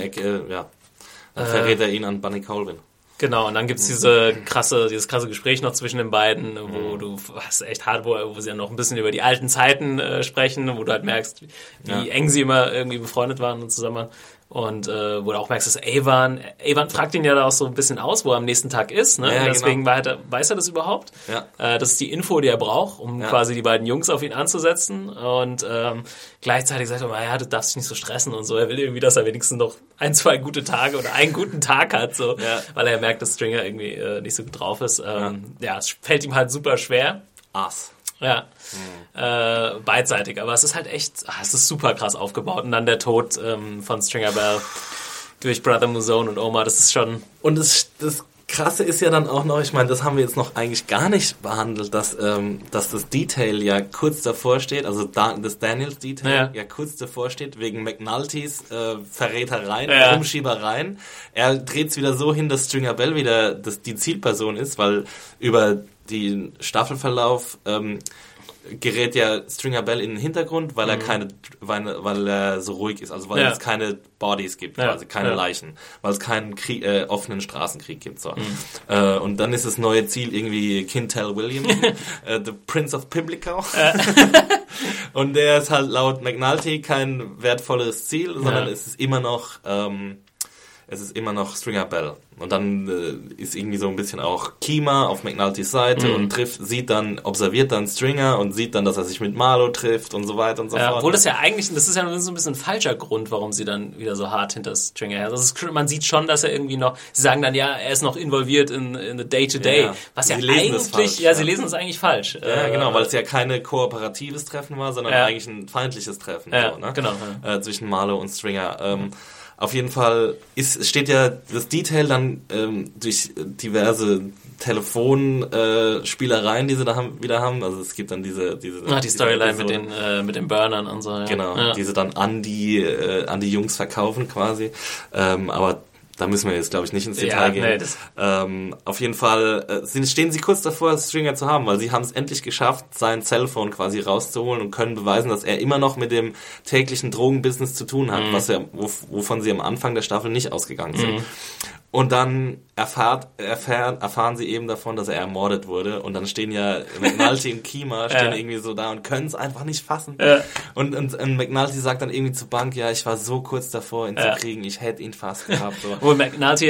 verrät er ihn an Bunny Colvin. Genau, und dann gibt's dieses krasse Gespräch noch zwischen den beiden, wo was echt hart, wo sie ja noch ein bisschen über die alten Zeiten sprechen, wo du halt merkst, wie eng sie immer irgendwie befreundet waren und zusammen waren. Und wo du auch merkst, dass Avon fragt ihn ja da auch so ein bisschen aus, wo er am nächsten Tag ist, ne? Ja, deswegen weiß er das überhaupt. Ja. Das ist die Info, die er braucht, um quasi die beiden Jungs auf ihn anzusetzen. Und gleichzeitig sagt er, du darfst dich nicht so stressen und so. Er will irgendwie, dass er wenigstens noch 1, 2 gute Tage oder einen guten Tag hat, so, weil er merkt, dass Stringer irgendwie nicht so gut drauf ist. Es fällt ihm halt super schwer. Ja, beidseitig, aber es ist halt echt, es ist super krass aufgebaut und dann der Tod von Stringer Bell durch Brother Mouzone und Omar, das ist schon... Und das Krasse ist ja dann auch noch, ich meine, das haben wir jetzt noch eigentlich gar nicht behandelt, dass das Detail ja kurz davor steht, also das Daniels Detail ja kurz davor steht, wegen McNultys Verrätereien, Rumschiebereien. Er dreht es wieder so hin, dass Stringer Bell wieder die Zielperson ist, weil über den Staffelverlauf gerät ja Stringer Bell in den Hintergrund, weil er er so ruhig ist, also weil es keine Bodies gibt, quasi keine Leichen, weil es keinen offenen Straßenkrieg gibt. So. Und dann ist das neue Ziel irgendwie Quintel Williams, the Prince of Pimlico. Und der ist halt laut McNulty kein wertvolles Ziel, sondern es ist immer noch Stringer Bell. Und dann ist irgendwie so ein bisschen auch Kima auf McNultys Seite und observiert dann Stringer und sieht dann, dass er sich mit Marlo trifft und so weiter und so fort. Obwohl das ist ja so ein bisschen ein falscher Grund, warum sie dann wieder so hart hinter Stringer her. Man sieht schon, dass er irgendwie noch, sie sagen dann, er ist noch involviert in the Day-to-Day. Was ja eigentlich, sie lesen es eigentlich falsch. Ja, genau, weil es ja keine kooperatives Treffen war, sondern eigentlich ein feindliches Treffen. Ja, so, ne? Genau. Zwischen Marlo und Stringer. Auf jeden Fall steht ja das Detail dann durch diverse Telefonspielereien, die sie da wieder haben. Also es gibt dann diese die Storyline mit den Burnern und so. Ja. Genau, die sie dann an die Jungs verkaufen quasi. Aber da müssen wir jetzt, glaube ich, nicht ins Detail gehen. Auf jeden Fall stehen sie kurz davor, Stringer zu haben, weil sie haben es endlich geschafft, sein Cellphone quasi rauszuholen und können beweisen, dass er immer noch mit dem täglichen Drogenbusiness zu tun hat, wovon sie am Anfang der Staffel nicht ausgegangen sind. Und dann erfahren sie eben davon, dass er ermordet wurde. Und dann stehen ja McNulty und Kima irgendwie so da und können es einfach nicht fassen. Ja. Und McNulty sagt dann irgendwie zur Bank, ich war so kurz davor, ihn zu kriegen, ich hätte ihn fast gehabt. So. Wo McNulty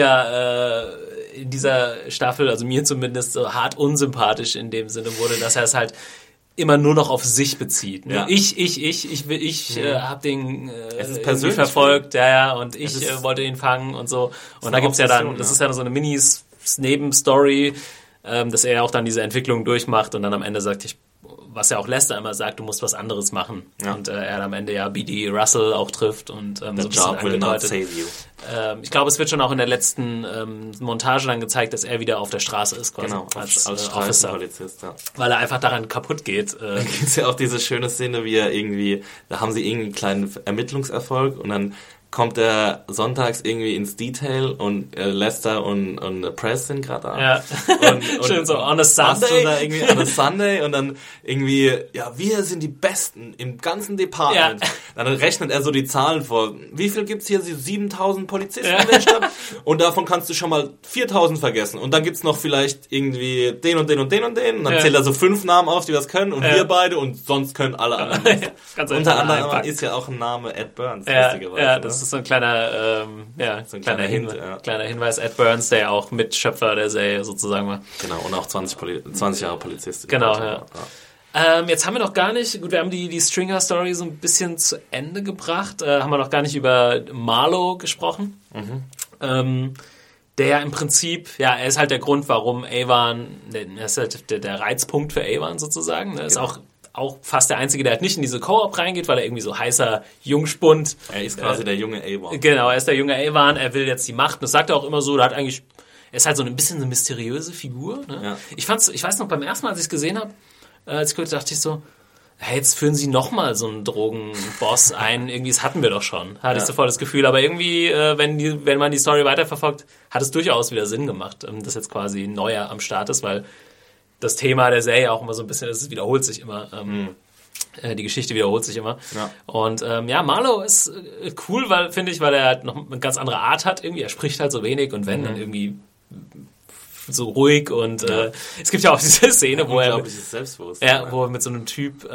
in dieser Staffel, also mir zumindest, so hart unsympathisch in dem Sinne wurde, dass er es halt immer nur noch auf sich bezieht. Ne? Ja. Ich habe den irgendwie verfolgt, und ich wollte ihn fangen und so. Und da gibt's ja dann, das ist ja so eine Mini-Nebenstory, dass er auch dann diese Entwicklung durchmacht und dann am Ende sagt, was ja auch Lester immer sagt, du musst was anderes machen. Ja. Und er am Ende B.D. Russell auch trifft und so ein bisschen angedeutet. Ich glaube, es wird schon auch in der letzten Montage dann gezeigt, dass er wieder auf der Straße ist, quasi. Genau, als Straßenpolizist, ja. Weil er einfach daran kaputt geht. Da gibt es ja auch diese schöne Szene, wie er irgendwie, da haben sie irgendwie einen kleinen Ermittlungserfolg und dann kommt er sonntags irgendwie ins Detail und Lester und Press sind gerade da. Ja. Und schön so, on a Sunday. Und dann irgendwie, ja, wir sind die Besten im ganzen Department. Ja. Dann rechnet er so die Zahlen vor. Wie viel gibt's hier? 7.000 Polizisten in der Stadt? Und davon kannst du schon mal 4.000 vergessen. Und dann gibt's noch vielleicht irgendwie den und den und den und den. Und dann zählt er so 5 Namen auf, die das können. Und wir beide. Und sonst können alle anderen. Unter anderem ist ja auch ein Name Ed Burns. Ja, das ist so ein kleiner, kleiner Hinweis. Ed Burns, der ja auch Mitschöpfer der Serie sozusagen war. Genau, und auch 20 Jahre Polizist. Genau, ja. Jetzt haben wir noch gar nicht, gut, wir haben die Stringer-Story so ein bisschen zu Ende gebracht, haben wir noch gar nicht über Marlo gesprochen. Der ja im Prinzip, ja, er ist halt der Grund, warum Avon, er ist halt der Reizpunkt für Avon sozusagen, ne? Ist auch fast der Einzige, der halt nicht in diese Co-op reingeht, weil er irgendwie so heißer Jungspund. Er ist quasi der junge Avon. Genau, er ist der junge Avon, er will jetzt die Macht. Und das sagt er auch immer so, er ist halt so ein bisschen eine mysteriöse Figur. Ne? Ja. Ich weiß noch, beim ersten Mal, als ich es gesehen habe, dachte ich so, hey, jetzt führen sie nochmal so einen Drogenboss ein. Irgendwie, das hatten wir doch schon. Hatte ich sofort das Gefühl. Aber irgendwie, wenn man die Story weiterverfolgt, hat es durchaus wieder Sinn gemacht, dass jetzt quasi ein Neuer am Start ist, weil das Thema der Serie auch immer so ein bisschen, es wiederholt sich immer. Die Geschichte wiederholt sich immer. Ja. Und Marlo ist cool, weil er halt noch eine ganz andere Art hat. Irgendwie, er spricht halt so wenig und wenn dann irgendwie so ruhig und es gibt ja auch diese Szene, wo er mit so einem Typ,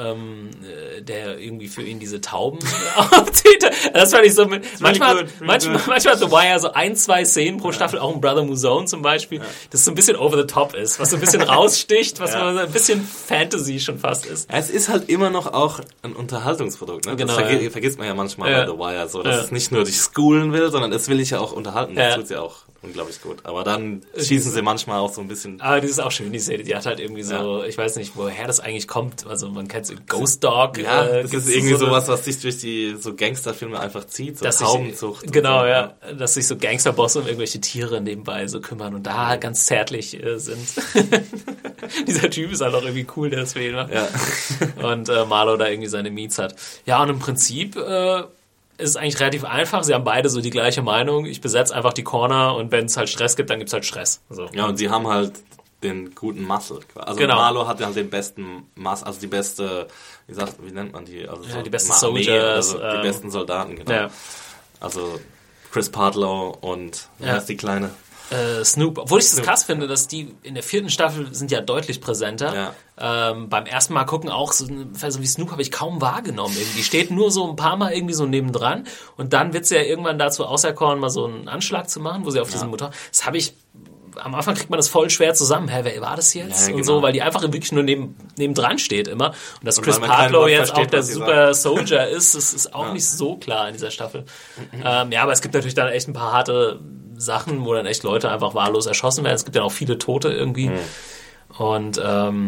der irgendwie für ihn diese Tauben aufzieht. Das fand ich so manchmal hat The Wire so 1-2 Szenen pro Staffel, auch ein Brother Mouzone zum Beispiel, das so ein bisschen over the top ist, was so ein bisschen raussticht, was so ein bisschen Fantasy schon fast ist. Es ist halt immer noch auch ein Unterhaltungsprodukt, ne? Genau, das vergisst man ja manchmal bei The Wire so, dass es nicht nur dich schoolen will, sondern es will dich ja auch unterhalten. Das tut sie auch unglaublich gut. Aber dann schießen sie manchmal auch so ein bisschen. Aber die ist auch schön, die Serie. Die hat halt irgendwie so, ich weiß nicht, woher das eigentlich kommt. Also man kennt so Ghost Dog. Ja, das ist irgendwie sowas, was sich durch die so Gangsterfilme einfach zieht. So Taubenzucht. Genau, ja. Dass sich so Gangsterbosse um irgendwelche Tiere nebenbei so kümmern und da ganz zärtlich sind. Dieser Typ ist halt auch irgendwie cool, der deswegen. Ja. Und Marlo da irgendwie seine Meets hat. Ja, und im Prinzip ist es eigentlich relativ einfach. Sie haben beide so die gleiche Meinung. Ich besetze einfach die Corner und wenn es halt Stress gibt, dann gibt es halt Stress. So. Ja, und sie haben halt den guten Muscle. Also Marlo hat halt den besten Muscle, also die beste, wie nennt man die? Also die besten Soldiers. Also die besten Soldaten, genau. Ja. Also Chris Partlow und wer ist die Kleine? Snoop. Obwohl ich das krass finde, dass die in der 4. Staffel sind ja deutlich präsenter. Ja. Beim ersten Mal gucken auch, so wie Snoop habe ich kaum wahrgenommen. Die steht nur so ein paar Mal irgendwie so nebendran und dann wird sie ja irgendwann dazu auserkoren, mal so einen Anschlag zu machen, wo sie auf diesen Motor... Das habe ich... Am Anfang kriegt man das voll schwer zusammen. Hä, wer war das jetzt? Ja, genau. Und so, weil die einfach wirklich nur nebendran steht immer. Und dass Chris Partlow jetzt auch der Super Soldier ist, das ist auch nicht so klar in dieser Staffel. Aber es gibt natürlich dann echt ein paar harte Sachen, wo dann echt Leute einfach wahllos erschossen werden. Es gibt ja auch viele Tote irgendwie. Und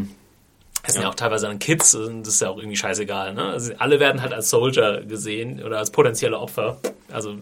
es sind ja auch teilweise dann Kids, das ist ja auch irgendwie scheißegal. Ne? Also alle werden halt als Soldier gesehen oder als potenzielle Opfer. Also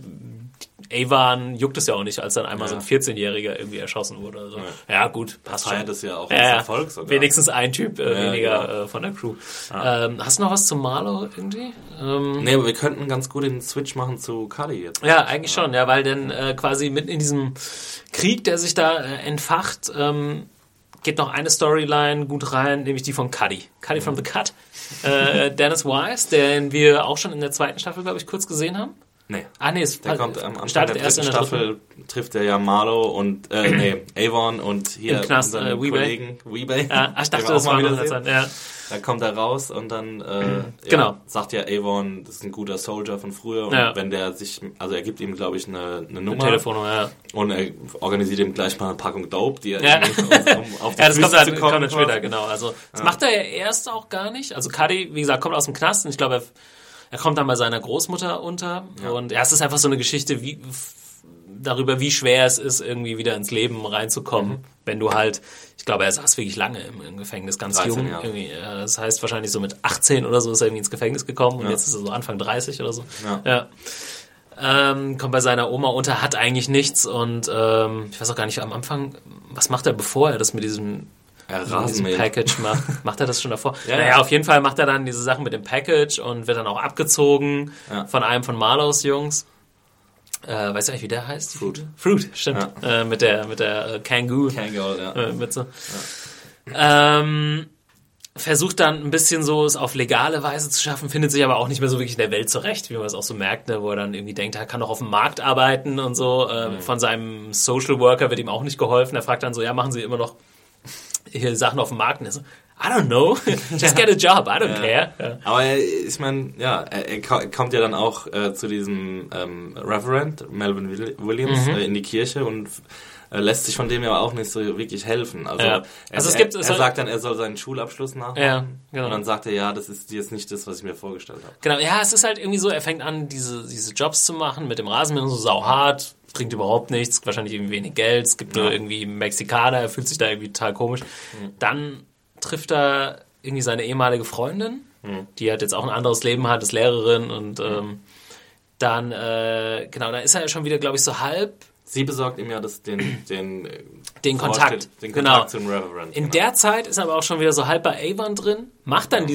Avon juckt es ja auch nicht, als dann einmal so ein 14-Jähriger irgendwie erschossen wurde. Also, ja gut, passt schon. Das ja auch als Erfolg sogar. Wenigstens ein Typ weniger von der Crew. Ja. Hast du noch was zu Marlo irgendwie? Nee, aber wir könnten ganz gut den Switch machen zu Cuddy jetzt. Ja, eigentlich schon, weil dann quasi mitten in diesem Krieg, der sich da entfacht, geht noch eine Storyline gut rein, nämlich die von Cuddy. Cuddy from the Cut. Dennis Wise, den wir auch schon in der 2. Staffel, glaube ich, kurz gesehen haben. Nee. Der kommt am Anfang der 3. Staffel, trifft er ja Marlo und Avon und hier im Knast, unseren Kollegen Weebay. Ich dachte, das war wieder das. Ja. Da kommt er raus und dann sagt ja Avon, das ist ein guter Soldier von früher und wenn der er gibt ihm, glaube ich, eine Nummer. Eine Telefonnummer, und er organisiert ihm gleich mal eine Packung Dope, die er um auf die das kommt dann später, genau. Also das macht er ja erst auch gar nicht. Also Cuddy, wie gesagt, kommt aus dem Knast und ich glaube, er kommt dann bei seiner Großmutter unter und es ist einfach so eine Geschichte darüber, wie schwer es ist, irgendwie wieder ins Leben reinzukommen, wenn du halt, ich glaube, er saß wirklich lange im Gefängnis, ganz jung. Irgendwie, das heißt, wahrscheinlich so mit 18 oder so ist er irgendwie ins Gefängnis gekommen und jetzt ist er so Anfang 30 oder so. Kommt bei seiner Oma unter, hat eigentlich nichts und ich weiß auch gar nicht, am Anfang, was macht er, bevor er das mit diesem Package macht er das schon davor? Auf jeden Fall macht er dann diese Sachen mit dem Package und wird dann auch abgezogen von einem von Marlos Jungs. weißt du eigentlich, wie der heißt? Fruit, stimmt. Ja. Mit der Kangol. Kangol, ja. Mütze. Ja. Versucht dann ein bisschen so es auf legale Weise zu schaffen, findet sich aber auch nicht mehr so wirklich in der Welt zurecht, wie man es auch so merkt, ne, wo er dann irgendwie denkt, er kann doch auf dem Markt arbeiten und so. Von seinem Social Worker wird ihm auch nicht geholfen. Er fragt dann so, ja, machen Sie immer noch hier Sachen auf dem Markt? Und er so, I don't know, just get a job, I don't care. Ja. Aber ich meine, ja, er kommt ja dann auch zu diesem Reverend Melvin Williams in die Kirche und lässt sich von dem ja auch nicht so wirklich helfen. Also, er sagt dann, er soll seinen Schulabschluss nachmachen. Ja, genau. Und dann sagt er, ja, das ist jetzt nicht das, was ich mir vorgestellt habe. Genau, ja, es ist halt irgendwie so, er fängt an, diese Jobs zu machen mit dem Rasenmäher und so sauhart, bringt überhaupt nichts, wahrscheinlich irgendwie wenig Geld, es gibt nur irgendwie Mexikaner, er fühlt sich da irgendwie total komisch. Dann trifft er irgendwie seine ehemalige Freundin, die halt jetzt auch ein anderes Leben hat, ist Lehrerin und dann ist er schon wieder, glaube ich, so halb. Sie besorgt ihm ja den Kontakt zum Reverend. In der Zeit ist er aber auch schon wieder so halb bei Avon drin, macht dann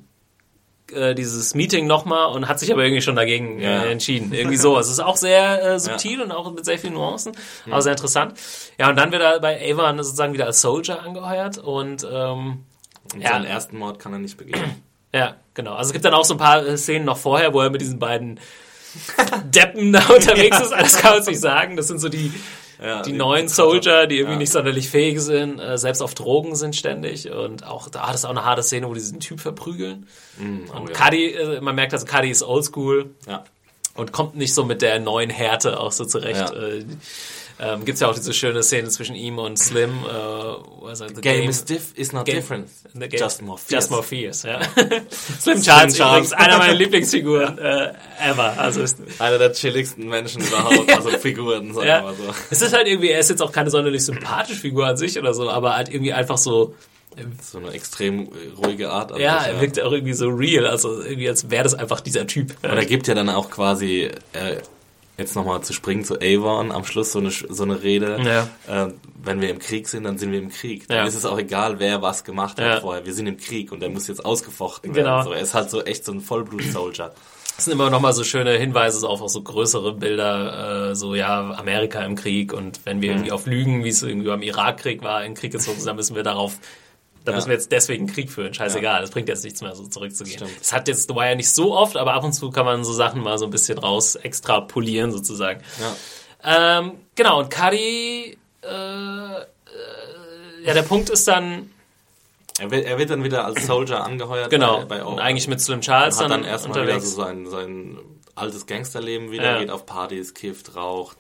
dieses Meeting nochmal und hat sich aber irgendwie schon dagegen entschieden. Irgendwie so. Es ist auch sehr subtil und auch mit sehr vielen Nuancen, aber sehr interessant. Ja, und dann wird er bei Avon sozusagen wieder als Soldier angeheuert und seinen ersten Mord kann er nicht begehen. Ja, genau. Also es gibt dann auch so ein paar Szenen noch vorher, wo er mit diesen beiden Deppen da unterwegs ist, alles kann man sich sagen. Das sind so die neuen Soldier, die irgendwie nicht sonderlich fähig sind, selbst auf Drogen sind ständig und auch das ist auch eine harte Szene, wo die diesen Typ verprügeln. Und Cuddy, man merkt, also Cuddy ist oldschool und kommt nicht so mit der neuen Härte auch so zurecht. Gibt es ja auch diese schöne Szene zwischen ihm und Slim. The game is not different. Just more fierce. Just more fierce, ja. Slim Charles übrigens einer meiner Lieblingsfiguren ever. Also ist einer der chilligsten Menschen überhaupt, also Figuren, sagen wir mal so. Es ist halt irgendwie, er ist jetzt auch keine sonderlich sympathische Figur an sich oder so, aber halt irgendwie einfach so eine extrem ruhige Art. Er wirkt auch irgendwie so real, also irgendwie als wäre das einfach dieser Typ. Und er gibt ja dann auch quasi jetzt nochmal zu springen zu Avon, am Schluss so eine Rede. Wenn wir im Krieg sind, dann sind wir im Krieg. Dann ist es auch egal, wer was gemacht hat vorher. Wir sind im Krieg und der muss jetzt ausgefochten werden. So, er ist halt so echt so ein Vollblut-Soldier. Das sind immer nochmal so schöne Hinweise auf auch so größere Bilder, Amerika im Krieg und wenn wir irgendwie auf Lügen, wie es irgendwie beim Irakkrieg war, in Krieg gezogen sind, dann müssen wir müssen wir jetzt deswegen Krieg führen. Scheißegal, das bringt jetzt nichts mehr, so zurückzugehen. Stimmt. Das hat jetzt The Wire nicht so oft, aber ab und zu kann man so Sachen mal so ein bisschen raus extrapolieren sozusagen. Genau, und Cuddy, der Punkt ist dann... Er wird dann wieder als Soldier angeheuert. Genau, bei und eigentlich mit Slim Charles dann erstmal wieder so sein altes Gangsterleben wieder, geht auf Partys, kifft, raucht,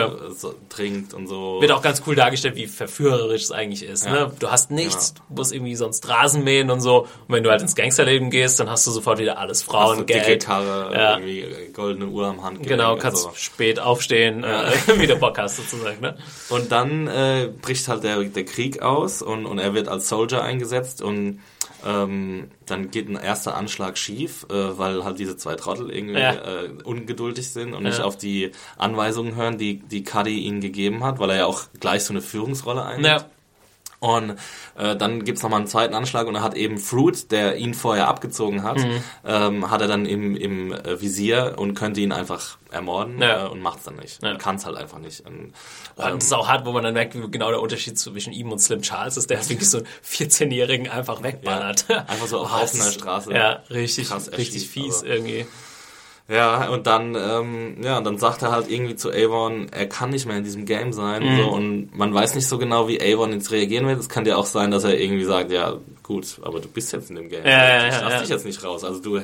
trinkt und so. Wird auch ganz cool dargestellt, wie verführerisch es eigentlich ist. Ne? Du hast nichts, du musst irgendwie sonst Rasen mähen und so. Und wenn du halt ins Gangsterleben gehst, dann hast du sofort wieder alles. Frauen, Geld. Dicke Karre, irgendwie goldene Uhr am Handgelenk. Genau, kannst spät aufstehen, wie du Bock hast sozusagen. Ne? Und dann bricht halt der Krieg aus und er wird als Soldier eingesetzt und dann geht ein erster Anschlag schief, weil halt diese zwei Trottel irgendwie ungeduldig sind und nicht auf die Anweisungen hören, die Cuddy ihnen gegeben hat, weil er ja auch gleich so eine Führungsrolle einnimmt. Ja. Und dann gibt's nochmal einen zweiten Anschlag und er hat eben Fruit, der ihn vorher abgezogen hat, hat er dann im Visier und könnte ihn einfach ermorden und macht's dann nicht. Ja. Kann's halt einfach nicht. Und das ist auch hart, wo man dann merkt, wie genau der Unterschied zwischen ihm und Slim Charles ist, der wirklich so einen 14-Jährigen einfach wegballert. Ja, einfach so auf offener Straße. Ja, richtig fies irgendwie. Ja, und dann, dann sagt er halt irgendwie zu Avon, er kann nicht mehr in diesem Game sein, so, und man weiß nicht so genau, wie Avon jetzt reagieren wird. Es kann ja auch sein, dass er irgendwie sagt, ja, gut, aber du bist jetzt in dem Game. Ich lass dich jetzt nicht raus. Also du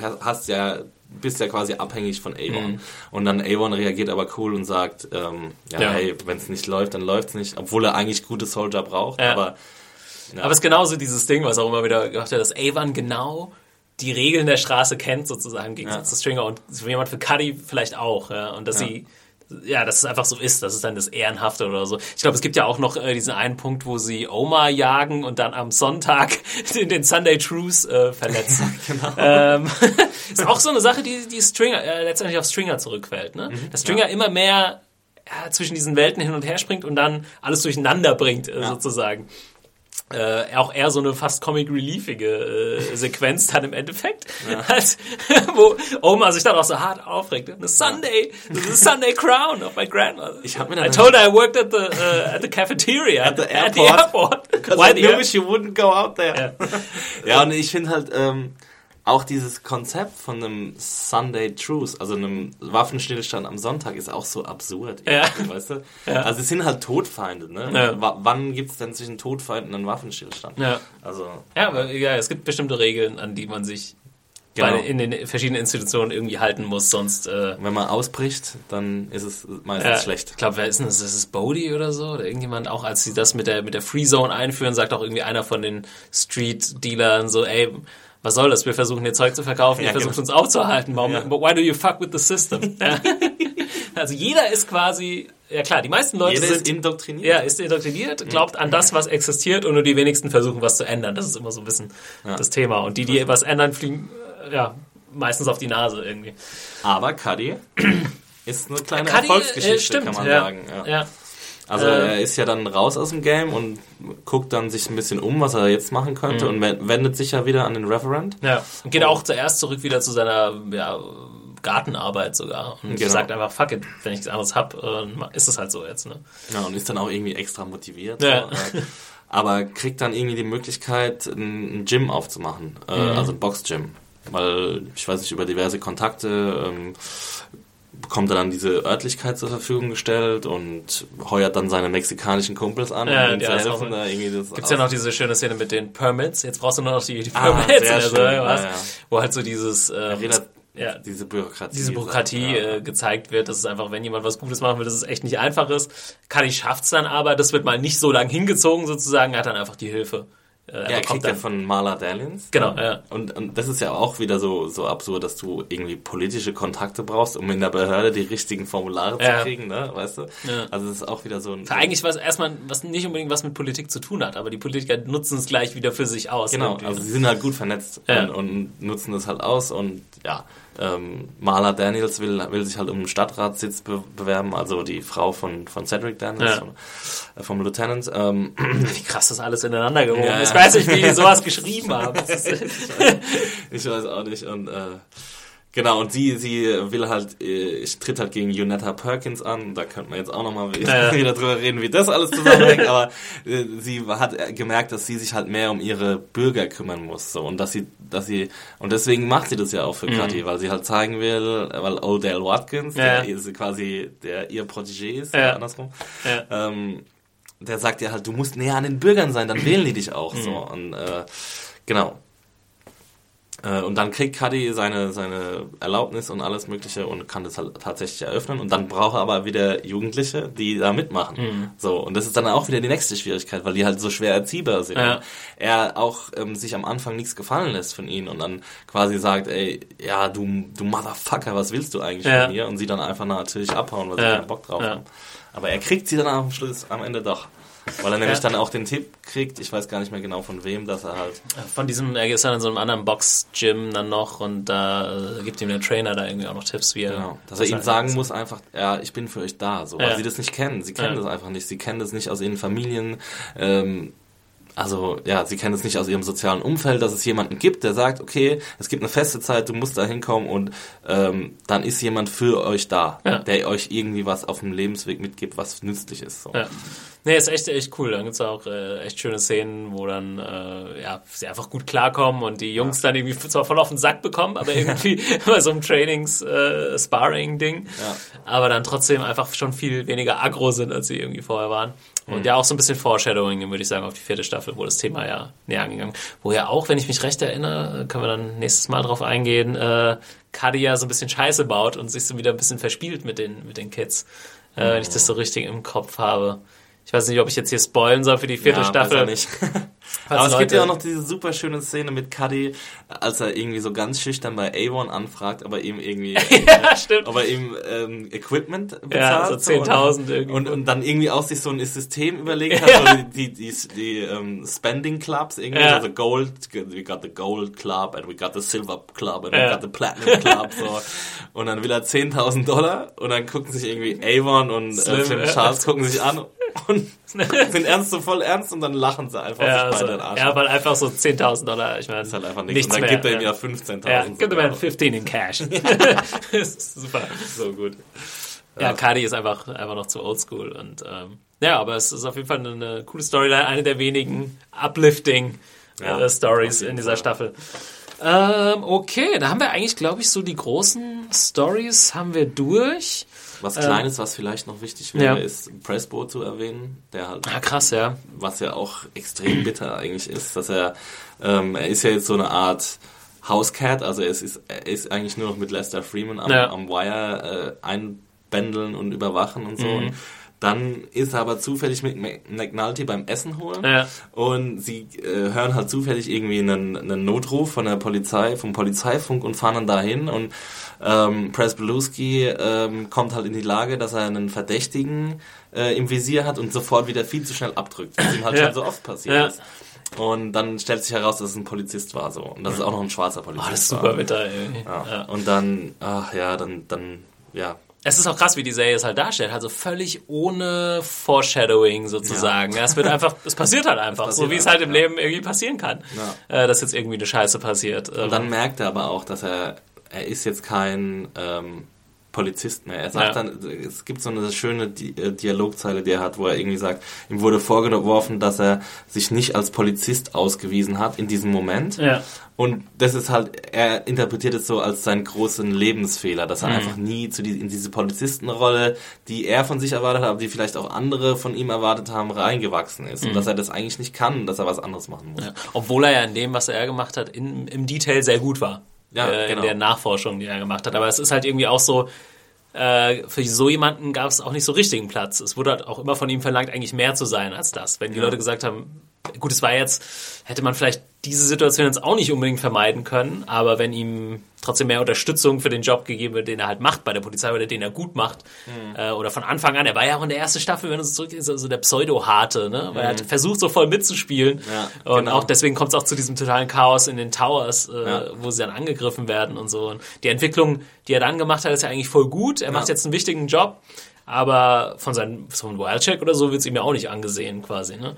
bist ja quasi abhängig von Avon. Und dann Avon reagiert aber cool und sagt, hey, wenn es nicht läuft, dann läuft's nicht, obwohl er eigentlich gute Soldier braucht, aber es ist genauso dieses Ding, was auch immer wieder gemacht wird, dass Avon genau die Regeln der Straße kennt, sozusagen, im Gegensatz zu Stringer und für jemand für Cuddy vielleicht auch, und dass dass es einfach so ist, das ist dann das Ehrenhafte oder so. Ich glaube, es gibt ja auch noch diesen einen Punkt, wo sie Omar jagen und dann am Sonntag den Sunday Truce verletzen. Genau. Ist auch so eine Sache, die Stringer letztendlich auf Stringer zurückfällt, ne? Dass Stringer immer mehr zwischen diesen Welten hin und her springt und dann alles durcheinander bringt, sozusagen. auch eher so eine fast comic-reliefige Sequenz dann im Endeffekt, als, wo Omar sich dann auch so hart aufregt. The Sunday crown of my grandmother. I told her I worked at the cafeteria at the airport. Why I knew she wouldn't go out there. Ja, und ich finde halt auch dieses Konzept von einem Sunday Truce, also einem Waffenstillstand am Sonntag, ist auch so absurd. Weißt du? Ja. Also es sind halt Todfeinde. Ne? Ja. Wann gibt es denn zwischen Todfeinden einen Waffenstillstand? Ja. Also, aber es gibt bestimmte Regeln, an die man sich in den verschiedenen Institutionen irgendwie halten muss, sonst... Wenn man ausbricht, dann ist es meistens schlecht. Ich glaube, wer ist denn das? Ist es Bodhi oder so? Oder irgendjemand, auch als sie das mit der Free Zone einführen, sagt auch irgendwie einer von den Street-Dealern so, ey, was soll das? Wir versuchen ihr Zeug zu verkaufen, ihr versucht uns aufzuhalten. Why do you fuck with the system? Also jeder ist quasi, ja klar, die meisten Leute ist indoktriniert. Ja, ist indoktriniert, glaubt an das, was existiert, und nur die wenigsten versuchen, was zu ändern. Das ist immer so ein bisschen das Thema. Und die was ändern, fliegen meistens auf die Nase irgendwie. Aber Cuddy ist eine kleine Erfolgsgeschichte, kann man sagen. Ja. Also er ist ja dann raus aus dem Game und guckt dann sich ein bisschen um, was er jetzt machen könnte, und wendet sich ja wieder an den Reverend. Ja, und geht auch zuerst zurück wieder zu seiner Gartenarbeit sogar und sagt einfach, fuck it, wenn ich nichts anderes hab, ist es halt so jetzt. Ne? Ja, und ist dann auch irgendwie extra motiviert. Ja. So, aber kriegt dann irgendwie die Möglichkeit, ein Gym aufzumachen, also ein Box-Gym. Weil, ich weiß nicht, über diverse Kontakte bekommt er dann diese Örtlichkeit zur Verfügung gestellt und heuert dann seine mexikanischen Kumpels an, um ihnen zu helfen. Gibt's ja noch diese schöne Szene mit den Permits. Jetzt brauchst du nur noch die Permits. Wo halt so dieses... diese Bürokratie gezeigt wird, dass es einfach, wenn jemand was Gutes machen will, dass es echt nicht einfach ist. Cuddy schafft's dann aber, das wird mal nicht so lang hingezogen sozusagen, er hat dann einfach die Hilfe. Er kriegt ja von Marla Dalians. Genau, ja. Und das ist ja auch wieder so absurd, dass du irgendwie politische Kontakte brauchst, um in der Behörde die richtigen Formulare zu kriegen, ne? Weißt du? Ja. Also das ist auch wieder so ein... Eigentlich was nicht unbedingt was mit Politik zu tun hat, aber die Politiker nutzen es gleich wieder für sich aus. Genau, also sie sind halt gut vernetzt und nutzen das halt aus, und Marla Daniels will sich halt um einen Stadtratssitz bewerben, also die Frau von Cedric Daniels, vom Lieutenant. Wie krass das alles ineinander gewoben ist. Ich weiß nicht, wie die sowas geschrieben haben. Ich weiß auch nicht. Und genau, und sie will halt, tritt halt gegen Unetta Perkins an. Da könnte man jetzt auch nochmal wieder drüber reden, wie das alles zusammenhängt. Aber sie hat gemerkt, dass sie sich halt mehr um ihre Bürger kümmern muss. So, und und deswegen macht sie das ja auch für Cuddy, weil sie halt zeigen will, weil Odell Watkins, der quasi ihr Protégé ist, oder andersrum, der sagt ja halt, du musst näher an den Bürgern sein, dann wählen die dich auch. So, und genau. Und dann kriegt Cuddy seine Erlaubnis und alles Mögliche und kann das halt tatsächlich eröffnen. Und dann braucht er aber wieder Jugendliche, die da mitmachen. So, und das ist dann auch wieder die nächste Schwierigkeit, weil die halt so schwer erziehbar sind. Ja. Er auch sich am Anfang nichts gefallen lässt von ihnen und dann quasi sagt, ey, ja, du Motherfucker, was willst du eigentlich von mir? Und sie dann einfach natürlich abhauen, weil sie keinen Bock drauf haben. Aber er kriegt sie dann am Ende doch. Weil er nämlich dann auch den Tipp kriegt, ich weiß gar nicht mehr genau von wem, dass er halt... Er ist dann in so einem anderen Box-Gym dann noch und da gibt ihm der Trainer da irgendwie auch noch Tipps, wie er... Genau, dass er ihnen sagen muss einfach, ja, ich bin für euch da, so, weil sie das nicht kennen. Sie kennen das einfach nicht. Sie kennen das nicht aus ihren Familien, sie kennen es nicht aus ihrem sozialen Umfeld, dass es jemanden gibt, der sagt, okay, es gibt eine feste Zeit, du musst da hinkommen und dann ist jemand für euch da, der euch irgendwie was auf dem Lebensweg mitgibt, was nützlich ist. So. Ja. Nee, ist echt cool. Dann gibt's auch echt schöne Szenen, wo dann sie einfach gut klarkommen und die Jungs dann irgendwie zwar voll auf den Sack bekommen, aber irgendwie bei so einem Trainings-Sparring-Ding, aber dann trotzdem einfach schon viel weniger aggro sind, als sie irgendwie vorher waren. Und auch so ein bisschen Foreshadowing, würde ich sagen, auf die 4. Staffel, wo das Thema ja näher angegangen ist. Wo ja auch, wenn ich mich recht erinnere, können wir dann nächstes Mal drauf eingehen, Cuddy ja so ein bisschen Scheiße baut und sich so wieder ein bisschen verspielt mit den Kids, wenn ich das so richtig im Kopf habe. Ich weiß nicht, ob ich jetzt hier spoilen soll für die 4. Staffel. Nicht. Aber es gibt ja auch noch diese super schöne Szene mit Cuddy, als er irgendwie so ganz schüchtern bei A1 anfragt, aber ihm irgendwie ob er ihm Equipment bezahlt. Ja, so 10.000 irgendwie. Und dann irgendwie auch sich so ein System überlegt hat, so die Spending Clubs irgendwie, also Gold, we got the Gold Club and we got the Silver Club and we got the Platinum Club, so. Und dann will er $10.000 und dann gucken sich irgendwie A1 und Slim Charles gucken sich an und sind voll ernst und dann lachen sie einfach sich beide den Arsch. Ja, weil einfach so $10,000, ich meine, das ist halt einfach nichts. Und dann gibt er ihm ja 15.000. Ja, gibt er mir 15 in Cash. Das ist super. So gut. Ja, Cardi ist einfach noch zu oldschool und aber es ist auf jeden Fall eine coole Storyline, eine der wenigen uplifting Stories in dieser Staffel. Okay, da haben wir eigentlich, glaube ich, so die großen Stories haben wir durch. Was Kleines, was vielleicht noch wichtig wäre, ist Presbo zu erwähnen, der halt... krass, ja. Was ja auch extrem bitter eigentlich ist, dass er ist ja jetzt so eine Art Housecat, also er ist eigentlich nur noch mit Lester Freeman am Wire einbändeln und überwachen und so. Und dann ist er aber zufällig mit McNulty beim Essen holen und sie hören halt zufällig irgendwie einen Notruf von der Polizei, vom Polizeifunk und fahren dann dahin und Pryzbylewski kommt halt in die Lage, dass er einen Verdächtigen im Visier hat und sofort wieder viel zu schnell abdrückt, was ihm halt schon so oft passiert ist. Und dann stellt sich heraus, dass es ein Polizist war so und dass es auch noch ein schwarzer Polizist war. Das ist super bitter, ey. Ja. Und dann, Es ist auch krass, wie die Serie es halt darstellt, also völlig ohne Foreshadowing sozusagen. Ja. Es wird einfach, es passiert halt einfach, so wie es halt im Leben irgendwie passieren kann, dass jetzt irgendwie eine Scheiße passiert. Und dann merkt er aber auch, dass er ist jetzt kein Polizist mehr. Er sagt dann, es gibt so eine schöne Dialogzeile, die er hat, wo er irgendwie sagt, ihm wurde vorgeworfen, dass er sich nicht als Polizist ausgewiesen hat in diesem Moment. Ja. Und das ist halt, er interpretiert es so als seinen großen Lebensfehler, dass er einfach nie in diese Polizistenrolle, die er von sich erwartet hat, aber die vielleicht auch andere von ihm erwartet haben, reingewachsen ist. Und dass er das eigentlich nicht kann, dass er was anderes machen muss. Ja. Obwohl er ja in dem, was er gemacht hat, im Detail sehr gut war. Ja, genau. In der Nachforschung, die er gemacht hat. Aber es ist halt irgendwie auch so, für so jemanden gab es auch nicht so richtigen Platz. Es wurde halt auch immer von ihm verlangt, eigentlich mehr zu sein als das. Wenn die Leute gesagt haben, gut, es war jetzt, hätte man vielleicht diese Situation jetzt auch nicht unbedingt vermeiden können, aber wenn ihm trotzdem mehr Unterstützung für den Job gegeben wird, den er halt macht bei der Polizei oder den er gut macht, oder von Anfang an, er war ja auch in der ersten Staffel, wenn du so zurückgehst, so der Pseudo-Harte, ne? Weil er hat versucht, so voll mitzuspielen, und auch deswegen kommt es auch zu diesem totalen Chaos in den Towers, wo sie dann angegriffen werden und so. Und die Entwicklung, die er dann gemacht hat, ist ja eigentlich voll gut. Er macht jetzt einen wichtigen Job, aber von Wildcheck oder so wird es ihm ja auch nicht angesehen quasi. Ne?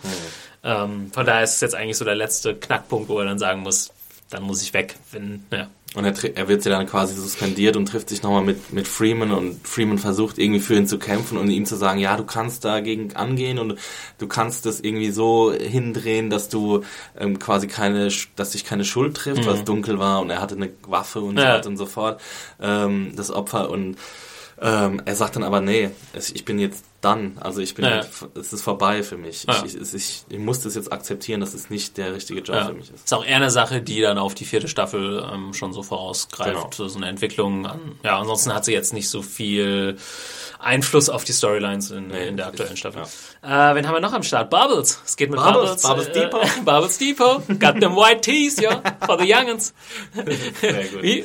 Von daher ist es jetzt eigentlich so der letzte Knackpunkt, wo er dann sagen muss, dann muss ich weg. Und er wird ja dann quasi suspendiert und trifft sich nochmal mit Freeman und Freeman versucht irgendwie für ihn zu kämpfen und ihm zu sagen, ja, du kannst dagegen angehen und du kannst das irgendwie so hindrehen, dass du quasi dass dich keine Schuld trifft, weil es dunkel war und er hatte eine Waffe und so weiter und so fort, das Opfer, und er sagt dann aber, nee, ich bin jetzt done, also es ist vorbei für mich. Ich muss das jetzt akzeptieren, dass es nicht der richtige Job für mich ist. Ist auch eher eine Sache, die dann auf die 4. Staffel schon so vorausgreift, so eine Entwicklung. Ansonsten hat sie jetzt nicht so viel Einfluss auf die Storylines in der aktuellen Staffel. Ja. Wen haben wir noch am Start? Bubbles. Es geht mit Bubbles. Bubbles Depot. Bubbles Depot. Got them white tees, for the youngins. Sehr gut. Wie?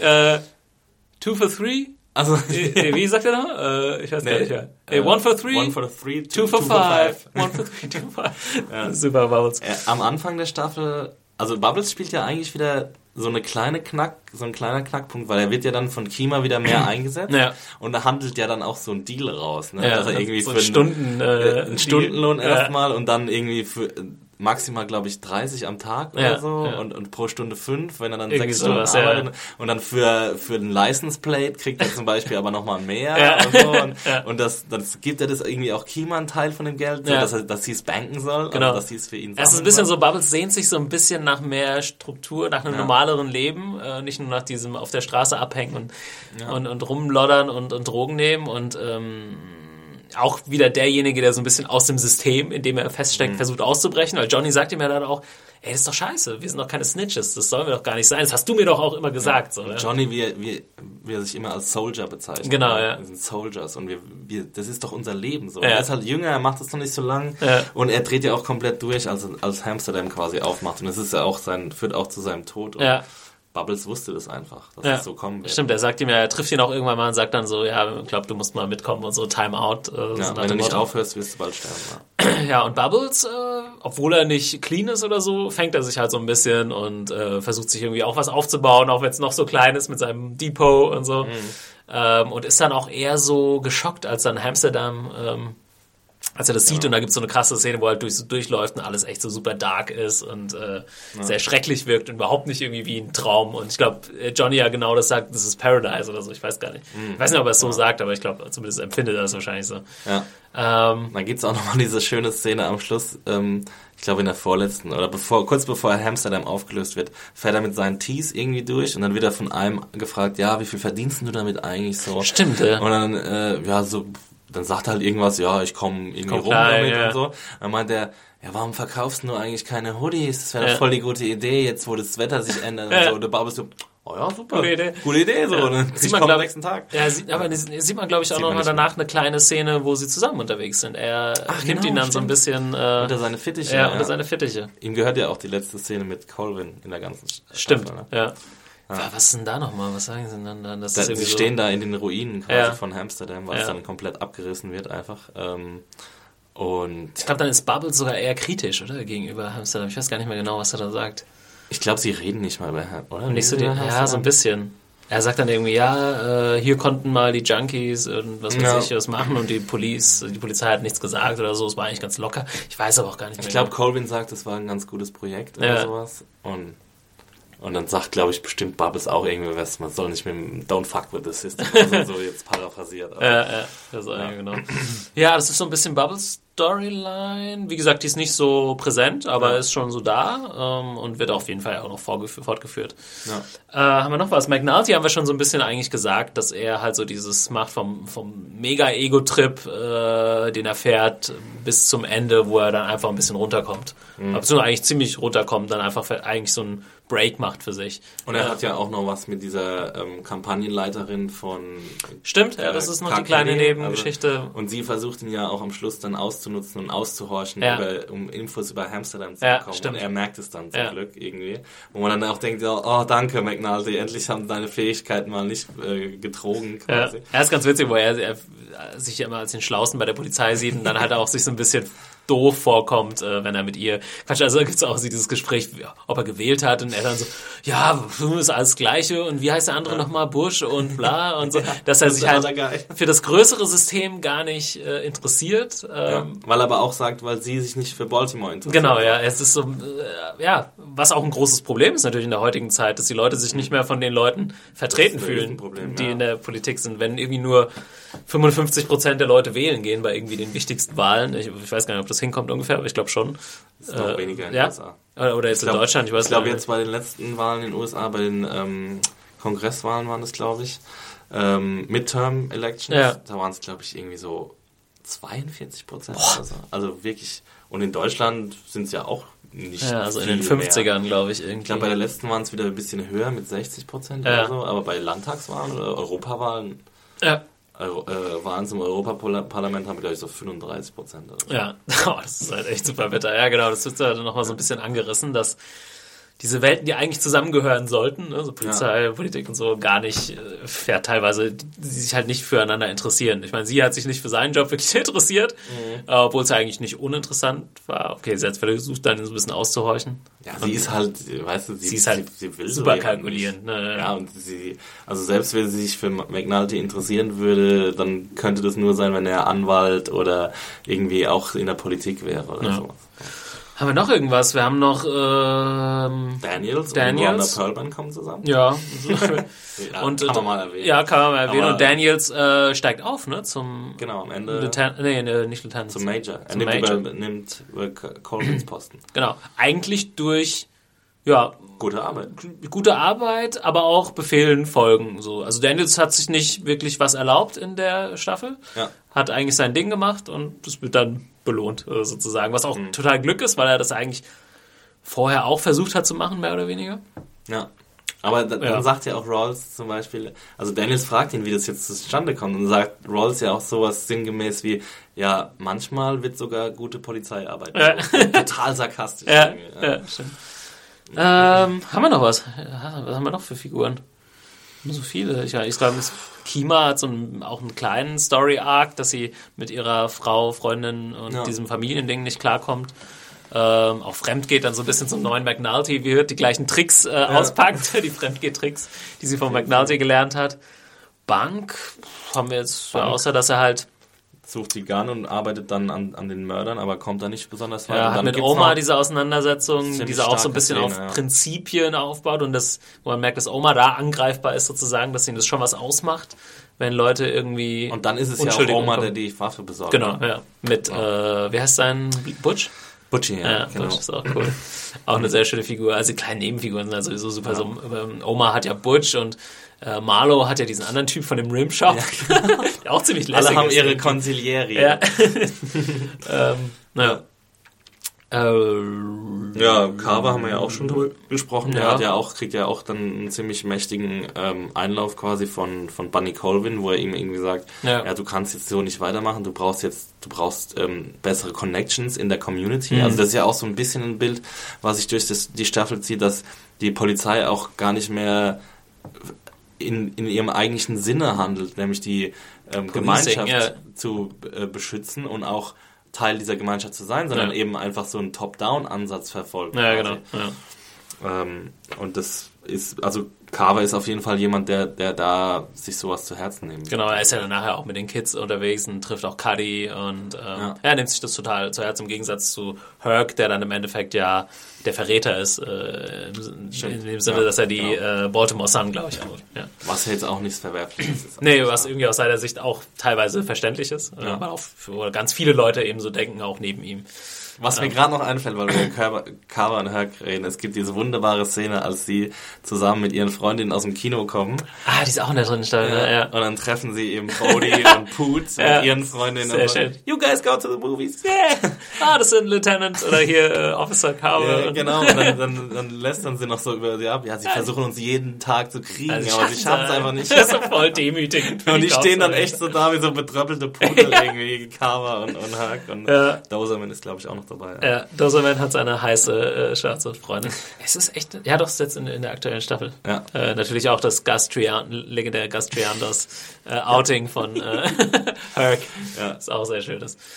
2 for 3? Also, wie sagt er noch? Ich weiß gar nicht mehr. 1 for 3, 1 for 3, 2 for 5. 1 for 3, 2 for 5. Ja. Super, Bubbles. Am Anfang der Staffel, also Bubbles spielt ja eigentlich wieder so ein kleiner Knackpunkt, weil er wird ja dann von Kima wieder mehr eingesetzt, und da handelt ja dann auch so ein Deal raus, ne? Dass er irgendwie so für einen Stundenlohn erstmal und dann irgendwie für maximal, glaube ich, 30 am Tag oder so und pro Stunde 5, wenn er dann irgendwie 6 Stunden arbeitet. Und dann für den License Plate kriegt er zum Beispiel aber nochmal mehr und so. Und das gibt er das irgendwie auch Kima einen Teil von dem Geld, so, dass sie es banken soll, also dass sie es für ihn sammeln. Es ist ein bisschen so, Bubbles sehnt sich so ein bisschen nach mehr Struktur, nach einem normaleren Leben, nicht nur nach diesem auf der Straße abhängen und rumloddern und Drogen nehmen und auch wieder derjenige, der so ein bisschen aus dem System, in dem er feststeckt, versucht auszubrechen, weil Johnny sagt ihm ja dann auch, ey, das ist doch scheiße, wir sind doch keine Snitches, das sollen wir doch gar nicht sein, das hast du mir doch auch immer gesagt. So, Johnny, wie er sich immer als Soldier bezeichnet. Genau, Wir sind Soldiers und das ist doch unser Leben. So. Er ist halt jünger, er macht das noch nicht so lang und er dreht ja auch komplett durch, als Amsterdam quasi aufmacht, und das ist ja auch führt auch zu seinem Tod. Und Bubbles wusste das einfach, dass es so kommen wird. Stimmt, er sagt ihm ja, er trifft ihn auch irgendwann mal und sagt dann so, ja, ich glaube, du musst mal mitkommen und so, Time out. Wenn du nicht aufhörst, wirst du bald sterben. Ja, und Bubbles, obwohl er nicht clean ist oder so, fängt er sich halt so ein bisschen und versucht sich irgendwie auch was aufzubauen, auch wenn es noch so klein ist mit seinem Depot und so. Und ist dann auch eher so geschockt, als dann Amsterdam als er das sieht und da gibt's so eine krasse Szene, wo er halt durchläuft und alles echt so super dark ist und sehr schrecklich wirkt und überhaupt nicht irgendwie wie ein Traum. Und ich glaube, Johnny ja genau das sagt, das ist Paradise oder so, ich weiß gar nicht. Ich weiß nicht, ob er es so sagt, aber ich glaube, zumindest empfindet er das wahrscheinlich so. Ja. Dann gibt's auch nochmal diese schöne Szene am Schluss, ich glaube in der vorletzten, oder kurz bevor Amsterdam aufgelöst wird, fährt er mit seinen Tees irgendwie durch und dann wird er von einem gefragt, ja, wie viel verdienst du damit eigentlich so? Stimmt, ja. Und dann, dann sagt er halt irgendwas, ja, ich komme irgendwie rum damit und so. Dann meint er, ja, warum verkaufst du nur eigentlich keine Hoodies? Das wäre doch voll die gute Idee, jetzt wo das Wetter sich ändert und so. Und der Barbie so, oh ja, super. Gute Idee, so. Ja. Sieht man, am nächsten Tag. Ja, sieht man, glaube ich, auch noch mal danach eine kleine Szene, wo sie zusammen unterwegs sind. Er nimmt ihn dann so ein bisschen... unter seine Fittiche. Ja, unter seine Fittiche. Ihm gehört ja auch die letzte Szene mit Colvin in der ganzen Stimmt, Staffel, ne? Ja. Was ist denn da nochmal? Was sagen sie denn dann? Sie stehen da in den Ruinen quasi von Amsterdam, weil es dann komplett abgerissen wird einfach. Und ich glaube, dann ist Bubbles sogar eher kritisch, oder? Gegenüber Amsterdam. Ich weiß gar nicht mehr genau, was er da sagt. Ich glaube, sie reden nicht mal über oder? Nicht so so ein bisschen. Er sagt dann irgendwie, hier konnten mal die Junkies und was weiß ich was machen und die Polizei hat nichts gesagt oder so. Es war eigentlich ganz locker. Ich weiß aber auch gar nicht mehr. Ich glaube, Colvin sagt, es war ein ganz gutes Projekt oder sowas. Und dann sagt, glaube ich, bestimmt Bubbles auch irgendwie was, man soll nicht mit dem Don't fuck with the system, also so jetzt paraphrasiert. Genau. Ja, das ist so ein bisschen Bubbles Storyline. Wie gesagt, die ist nicht so präsent, aber ist schon so da und wird auf jeden Fall auch noch fortgeführt. Ja. Haben wir noch was? McNulty haben wir schon so ein bisschen eigentlich gesagt, dass er halt so dieses macht vom Mega-Ego-Trip, den er fährt, bis zum Ende, wo er dann einfach ein bisschen runterkommt. Beziehungsweise eigentlich ziemlich runterkommt, dann einfach eigentlich so ein Break macht für sich. Und er hat ja auch noch was mit dieser Kampagnenleiterin von... Stimmt, das ist noch die kleine Nebengeschichte. Also, und sie versucht ihn ja auch am Schluss dann auszunutzen und auszuhorchen, um Infos über Amsterdam zu bekommen. Stimmt. Und er merkt es dann zum Glück irgendwie. Wo man dann auch denkt, oh danke McNulty, endlich haben deine Fähigkeiten mal nicht getrogen quasi. Ja. Er ist ganz witzig, wo er sich ja immer als den Schlausten bei der Polizei sieht und dann halt auch sich so ein bisschen doof vorkommt, wenn er mit ihr quatscht. Also gibt es auch dieses Gespräch, ob er gewählt hat und er dann so, ja, ist alles Gleiche und wie heißt der andere nochmal, Bush und bla und so, dass er sich halt für das größere System gar nicht interessiert. Weil er aber auch sagt, weil sie sich nicht für Baltimore interessiert. Genau, ja, es ist so, was auch ein großes Problem ist natürlich in der heutigen Zeit, dass die Leute sich nicht mehr von den Leuten vertreten fühlen, die in der Politik sind. Wenn irgendwie nur 55% der Leute wählen gehen bei irgendwie den wichtigsten Wahlen. Ich weiß gar nicht, ob das hinkommt ungefähr, aber ich glaube schon. Das ist noch weniger in den USA. Oder jetzt in Deutschland, ich weiß nicht. Ich glaube jetzt bei den letzten Wahlen in den USA, bei den Kongresswahlen waren das, glaube ich, Midterm Elections, da waren es, glaube ich, irgendwie so 42% oder so. Also wirklich, und in Deutschland sind es ja auch nicht also in den 50ern, glaube ich. Irgendwie. Ich glaube, bei der letzten waren es wieder ein bisschen höher mit 60% oder so, aber bei Landtagswahlen oder Europawahlen waren es im Europaparlament, haben wir, glaube ich, so 35%. Ja, das ist halt echt super Wetter. Ja, genau, das wird ja dann nochmal so ein bisschen angerissen, dass diese Welten, die eigentlich zusammengehören sollten, ne, so Polizei, Politik und so, gar nicht, teilweise, die sich halt nicht füreinander interessieren. Ich meine, sie hat sich nicht für seinen Job wirklich interessiert, obwohl es ja eigentlich nicht uninteressant war. Okay, sie hat versucht, dann so ein bisschen auszuhorchen. Ja, sie ist halt, weißt du, sie will super kalkulierend. Ne? Ja, und also selbst wenn sie sich für McNulty interessieren würde, dann könnte das nur sein, wenn er Anwalt oder irgendwie auch in der Politik wäre oder sowas. Haben wir noch irgendwas? Wir haben noch Daniels. Und Rhonda Perlman kommen zusammen. Ja. Und kann man mal erwähnen. Ja, kann man mal erwähnen. Und Daniels steigt auf, ne? Zum am Ende. Nicht Lieutenant. Zum Major. Er nimmt Colvins Posten. Genau. Eigentlich durch gute Arbeit, aber auch Befehlen folgen. So. Also Daniels hat sich nicht wirklich was erlaubt in der Staffel. Ja. Hat eigentlich sein Ding gemacht und das wird dann belohnt, sozusagen. Was auch total Glück ist, weil er das eigentlich vorher auch versucht hat zu machen, mehr oder weniger. Ja. Aber dann sagt ja auch Rawls zum Beispiel, also Daniels fragt ihn, wie das jetzt zustande kommt und sagt Rawls ja auch sowas sinngemäß wie, ja, manchmal wird sogar gute Polizeiarbeit. Total sarkastisch. Ja, stimmt. Haben wir noch was? Was haben wir noch für Figuren? So viele. Ich glaube, Kima hat auch einen kleinen Story-Arc, dass sie mit ihrer Frau, Freundin und diesem Familiending nicht klarkommt. Auch Fremdgeht dann so ein bisschen zum neuen McNulty, wie die gleichen Tricks auspackt, die Fremdgeht-Tricks, die sie von McNulty gelernt hat. Bank haben wir jetzt, außer dass er halt sucht die Gun und arbeitet dann an den Mördern, aber kommt da nicht besonders weit. Ja, hat mit Oma diese Auseinandersetzung, die auch so ein bisschen Szene, auf Prinzipien aufbaut und wo man merkt, dass Oma da angreifbar ist sozusagen, dass ihm das schon was ausmacht, wenn Leute irgendwie und dann ist es ja auch Oma, der die Waffe besorgt. Genau, ja. Mit, wie heißt sein Butch? Butchie, ja, genau. Butch ist auch cool. Auch eine sehr schöne Figur. Also die kleinen Nebenfiguren sind sowieso super. Ja. So, Oma hat ja Butch und Marlo hat ja diesen anderen Typ von dem Rimshop. Ja, genau. Der auch ziemlich lässig. Alle haben ihre Consiglieri. Ja. Naja. Ja, Carver haben wir ja auch schon drüber gesprochen. Der kriegt ja auch dann einen ziemlich mächtigen Einlauf quasi von Bunny Colvin, wo er ihm irgendwie sagt, ja, du kannst jetzt so nicht weitermachen, du brauchst bessere Connections in der Community. Also das ist ja auch so ein bisschen ein Bild, was sich durch die Staffel zieht, dass die Polizei auch gar nicht mehr in ihrem eigentlichen Sinne handelt, nämlich die Gemeinschaft zu beschützen und auch Teil dieser Gemeinschaft zu sein, sondern eben einfach so einen Top-Down-Ansatz verfolgt. Ja, genau. Ja. Und das ist, also Carver ist auf jeden Fall jemand, der da sich sowas zu Herzen nimmt. Genau, er ist ja dann nachher auch mit den Kids unterwegs und trifft auch Cuddy und er nimmt sich das total zu Herzen, im Gegensatz zu Herc, der dann im Endeffekt ja der Verräter ist, in dem Sinne, dass er die Baltimore Sun, glaube ich, anruft. Ja. Was ja jetzt auch nichts Verwerfliches ist. Nee, was irgendwie aus seiner Sicht auch teilweise verständlich ist, aber auch für ganz viele Leute eben so denken, auch neben ihm. Was mir gerade noch einfällt, weil wir über Carver und Herc reden, es gibt diese wunderbare Szene, als sie zusammen mit ihren Freundinnen aus dem Kino kommen. Ah, die ist auch in der dritten Staffel, ja. Und dann treffen sie eben Bodhi und Poots mit ihren Freundinnen. Sehr schön. You guys go to the movies. Yeah. Das sind Lieutenant oder hier Officer Carver. Ja, genau, und dann lästern sie noch so über sie ab. Ja, sie versuchen uns jeden Tag zu kriegen, also aber sie schaffen es einfach nicht. Das ist so voll demütigend. Und die stehen dann echt so da wie so betröppelte Pudel irgendwie, Carver und Herc. Und Doserman ist, glaube ich, auch noch dabei. Ja, Doserman hat seine heiße schwarze Freundin. Es ist echt, ja doch, es ist jetzt in der aktuellen Staffel. Ja. Natürlich auch das legendäre Gus Triandos Outing von Herc. Ja. Ist auch sehr schön.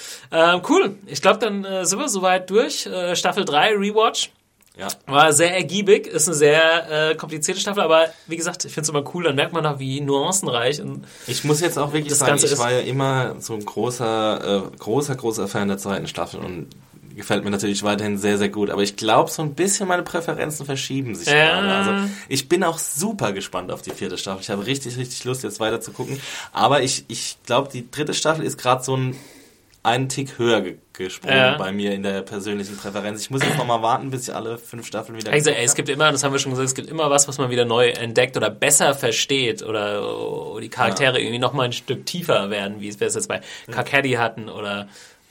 Cool, ich glaube, dann sind wir soweit durch. Staffel 3, Rewatch. Ja. War sehr ergiebig, ist eine sehr komplizierte Staffel, aber wie gesagt, ich finde es immer cool, dann merkt man noch, wie nuancenreich und ich muss jetzt auch wirklich sagen, ich war ja immer so ein großer Fan der zweiten Staffel und gefällt mir natürlich weiterhin sehr, sehr gut. Aber ich glaube, so ein bisschen meine Präferenzen verschieben sich gerade. Also ich bin auch super gespannt auf die 4. Staffel. Ich habe richtig, richtig Lust, jetzt weiter zu gucken. Aber ich glaube, die 3. Staffel ist gerade so einen Tick höher gesprungen bei mir in der persönlichen Präferenz. Ich muss jetzt noch mal warten, bis ich alle 5 Staffeln wieder habe. Es gibt immer, das haben wir schon gesagt, es gibt immer was man wieder neu entdeckt oder besser versteht oder die Charaktere irgendwie noch mal ein Stück tiefer werden, wie wir es jetzt bei Kakaddy hatten oder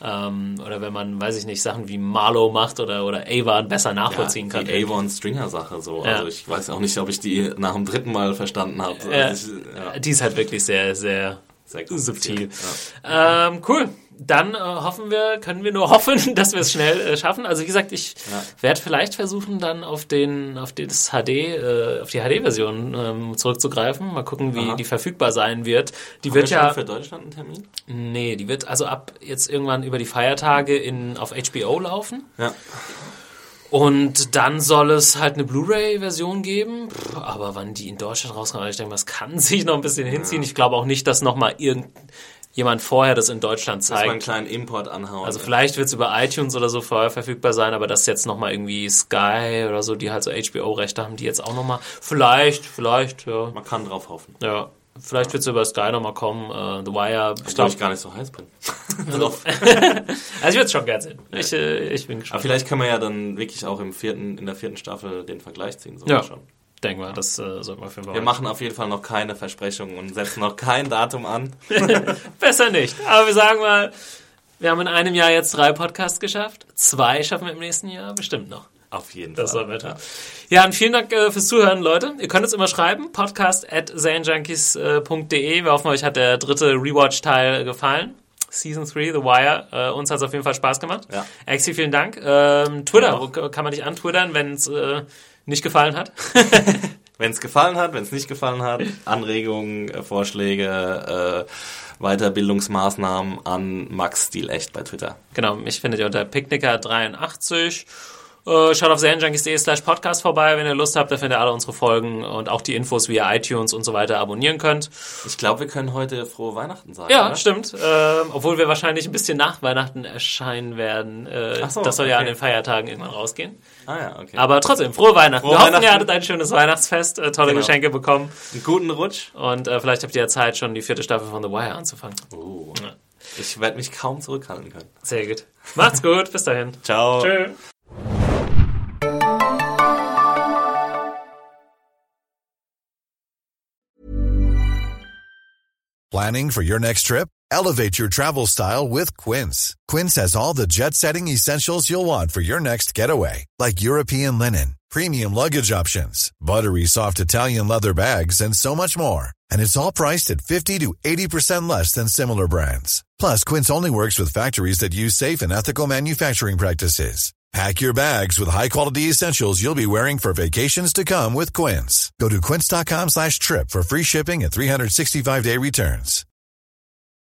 wenn man, weiß ich nicht, Sachen wie Marlo macht oder Avon besser nachvollziehen kann. Die Avon-Stringer-Sache so. Ja. Also ich weiß auch nicht, ob ich die nach dem 3. Mal verstanden habe. Die ist halt wirklich sehr, sehr, sehr subtil. Ja. Cool. Dann können wir nur hoffen, dass wir es schnell schaffen. Also wie gesagt, ich werde vielleicht versuchen, dann auf die HD-Version zurückzugreifen. Mal gucken, wie die verfügbar sein wird. Die wird ja für Deutschland einen Termin? Nee, die wird also ab jetzt irgendwann über die Feiertage auf HBO laufen. Ja. Und dann soll es halt eine Blu-ray-Version geben. Aber wann die in Deutschland rauskommt, ich denke, das kann sich noch ein bisschen hinziehen. Ich glaube auch nicht, dass nochmal jemand vorher das in Deutschland zeigt. Dass man einen kleinen Import anhauen. Also vielleicht wird es über iTunes oder so vorher verfügbar sein, aber dass jetzt nochmal irgendwie Sky oder so, die halt so HBO-Rechte haben, die jetzt auch nochmal, vielleicht, ja. Man kann drauf hoffen. Ja, vielleicht wird es über Sky nochmal kommen. The Wire. Ich gar nicht so heiß bin. Also ich würde es schon gerne sehen. Ich bin gespannt. Aber vielleicht können wir ja dann wirklich auch in der 4. Staffel den Vergleich ziehen. So schon. Denken wir, das sollten wir auf jeden Fall. Wir machen auf jeden Fall noch keine Versprechungen und setzen noch kein Datum an. Besser nicht. Aber wir sagen mal, wir haben in einem Jahr jetzt 3 Podcasts geschafft. 2 schaffen wir im nächsten Jahr bestimmt noch. Auf jeden Fall. Das soll wir tun. Ja, und vielen Dank fürs Zuhören, Leute. Ihr könnt uns immer schreiben, podcast@serienjunkies.de. Wir hoffen, euch hat der 3. Rewatch-Teil gefallen. Season 3, The Wire. Uns hat es auf jeden Fall Spaß gemacht. Ja. Exi, vielen Dank. Twitter, wo kann man dich antwittern, wenn es nicht gefallen hat? Wenn es gefallen hat, wenn es nicht gefallen hat, Anregungen, Vorschläge, Weiterbildungsmaßnahmen an Max Stilecht bei Twitter. Genau, mich findet ihr unter Picknicker83 Schaut auf serienjunkies.de/podcast vorbei, wenn ihr Lust habt, da findet ihr alle unsere Folgen und auch die Infos, wie ihr iTunes und so weiter abonnieren könnt. Ich glaube, wir können heute frohe Weihnachten sagen. Ja, oder? Stimmt. Obwohl wir wahrscheinlich ein bisschen nach Weihnachten erscheinen werden. Das soll ja an den Feiertagen irgendwann rausgehen. Ah ja, okay. Aber trotzdem, frohe Weihnachten. Wir hoffen, ihr hattet ein schönes Weihnachtsfest, tolle Geschenke bekommen. Einen guten Rutsch. Und vielleicht habt ihr ja Zeit, schon die 4. Staffel von The Wire anzufangen. Ja. Ich werde mich kaum zurückhalten können. Sehr gut. Macht's gut, bis dahin. Ciao. Tschö. Planning for your next trip? Elevate your travel style with Quince. Quince has all the jet-setting essentials you'll want for your next getaway, like European linen, premium luggage options, buttery soft Italian leather bags, and so much more. And it's all priced at 50 to 80% less than similar brands. Plus, Quince only works with factories that use safe and ethical manufacturing practices. Pack your bags with high-quality essentials you'll be wearing for vacations to come with Quince. Go to quince.com/trip for free shipping and 365-day returns.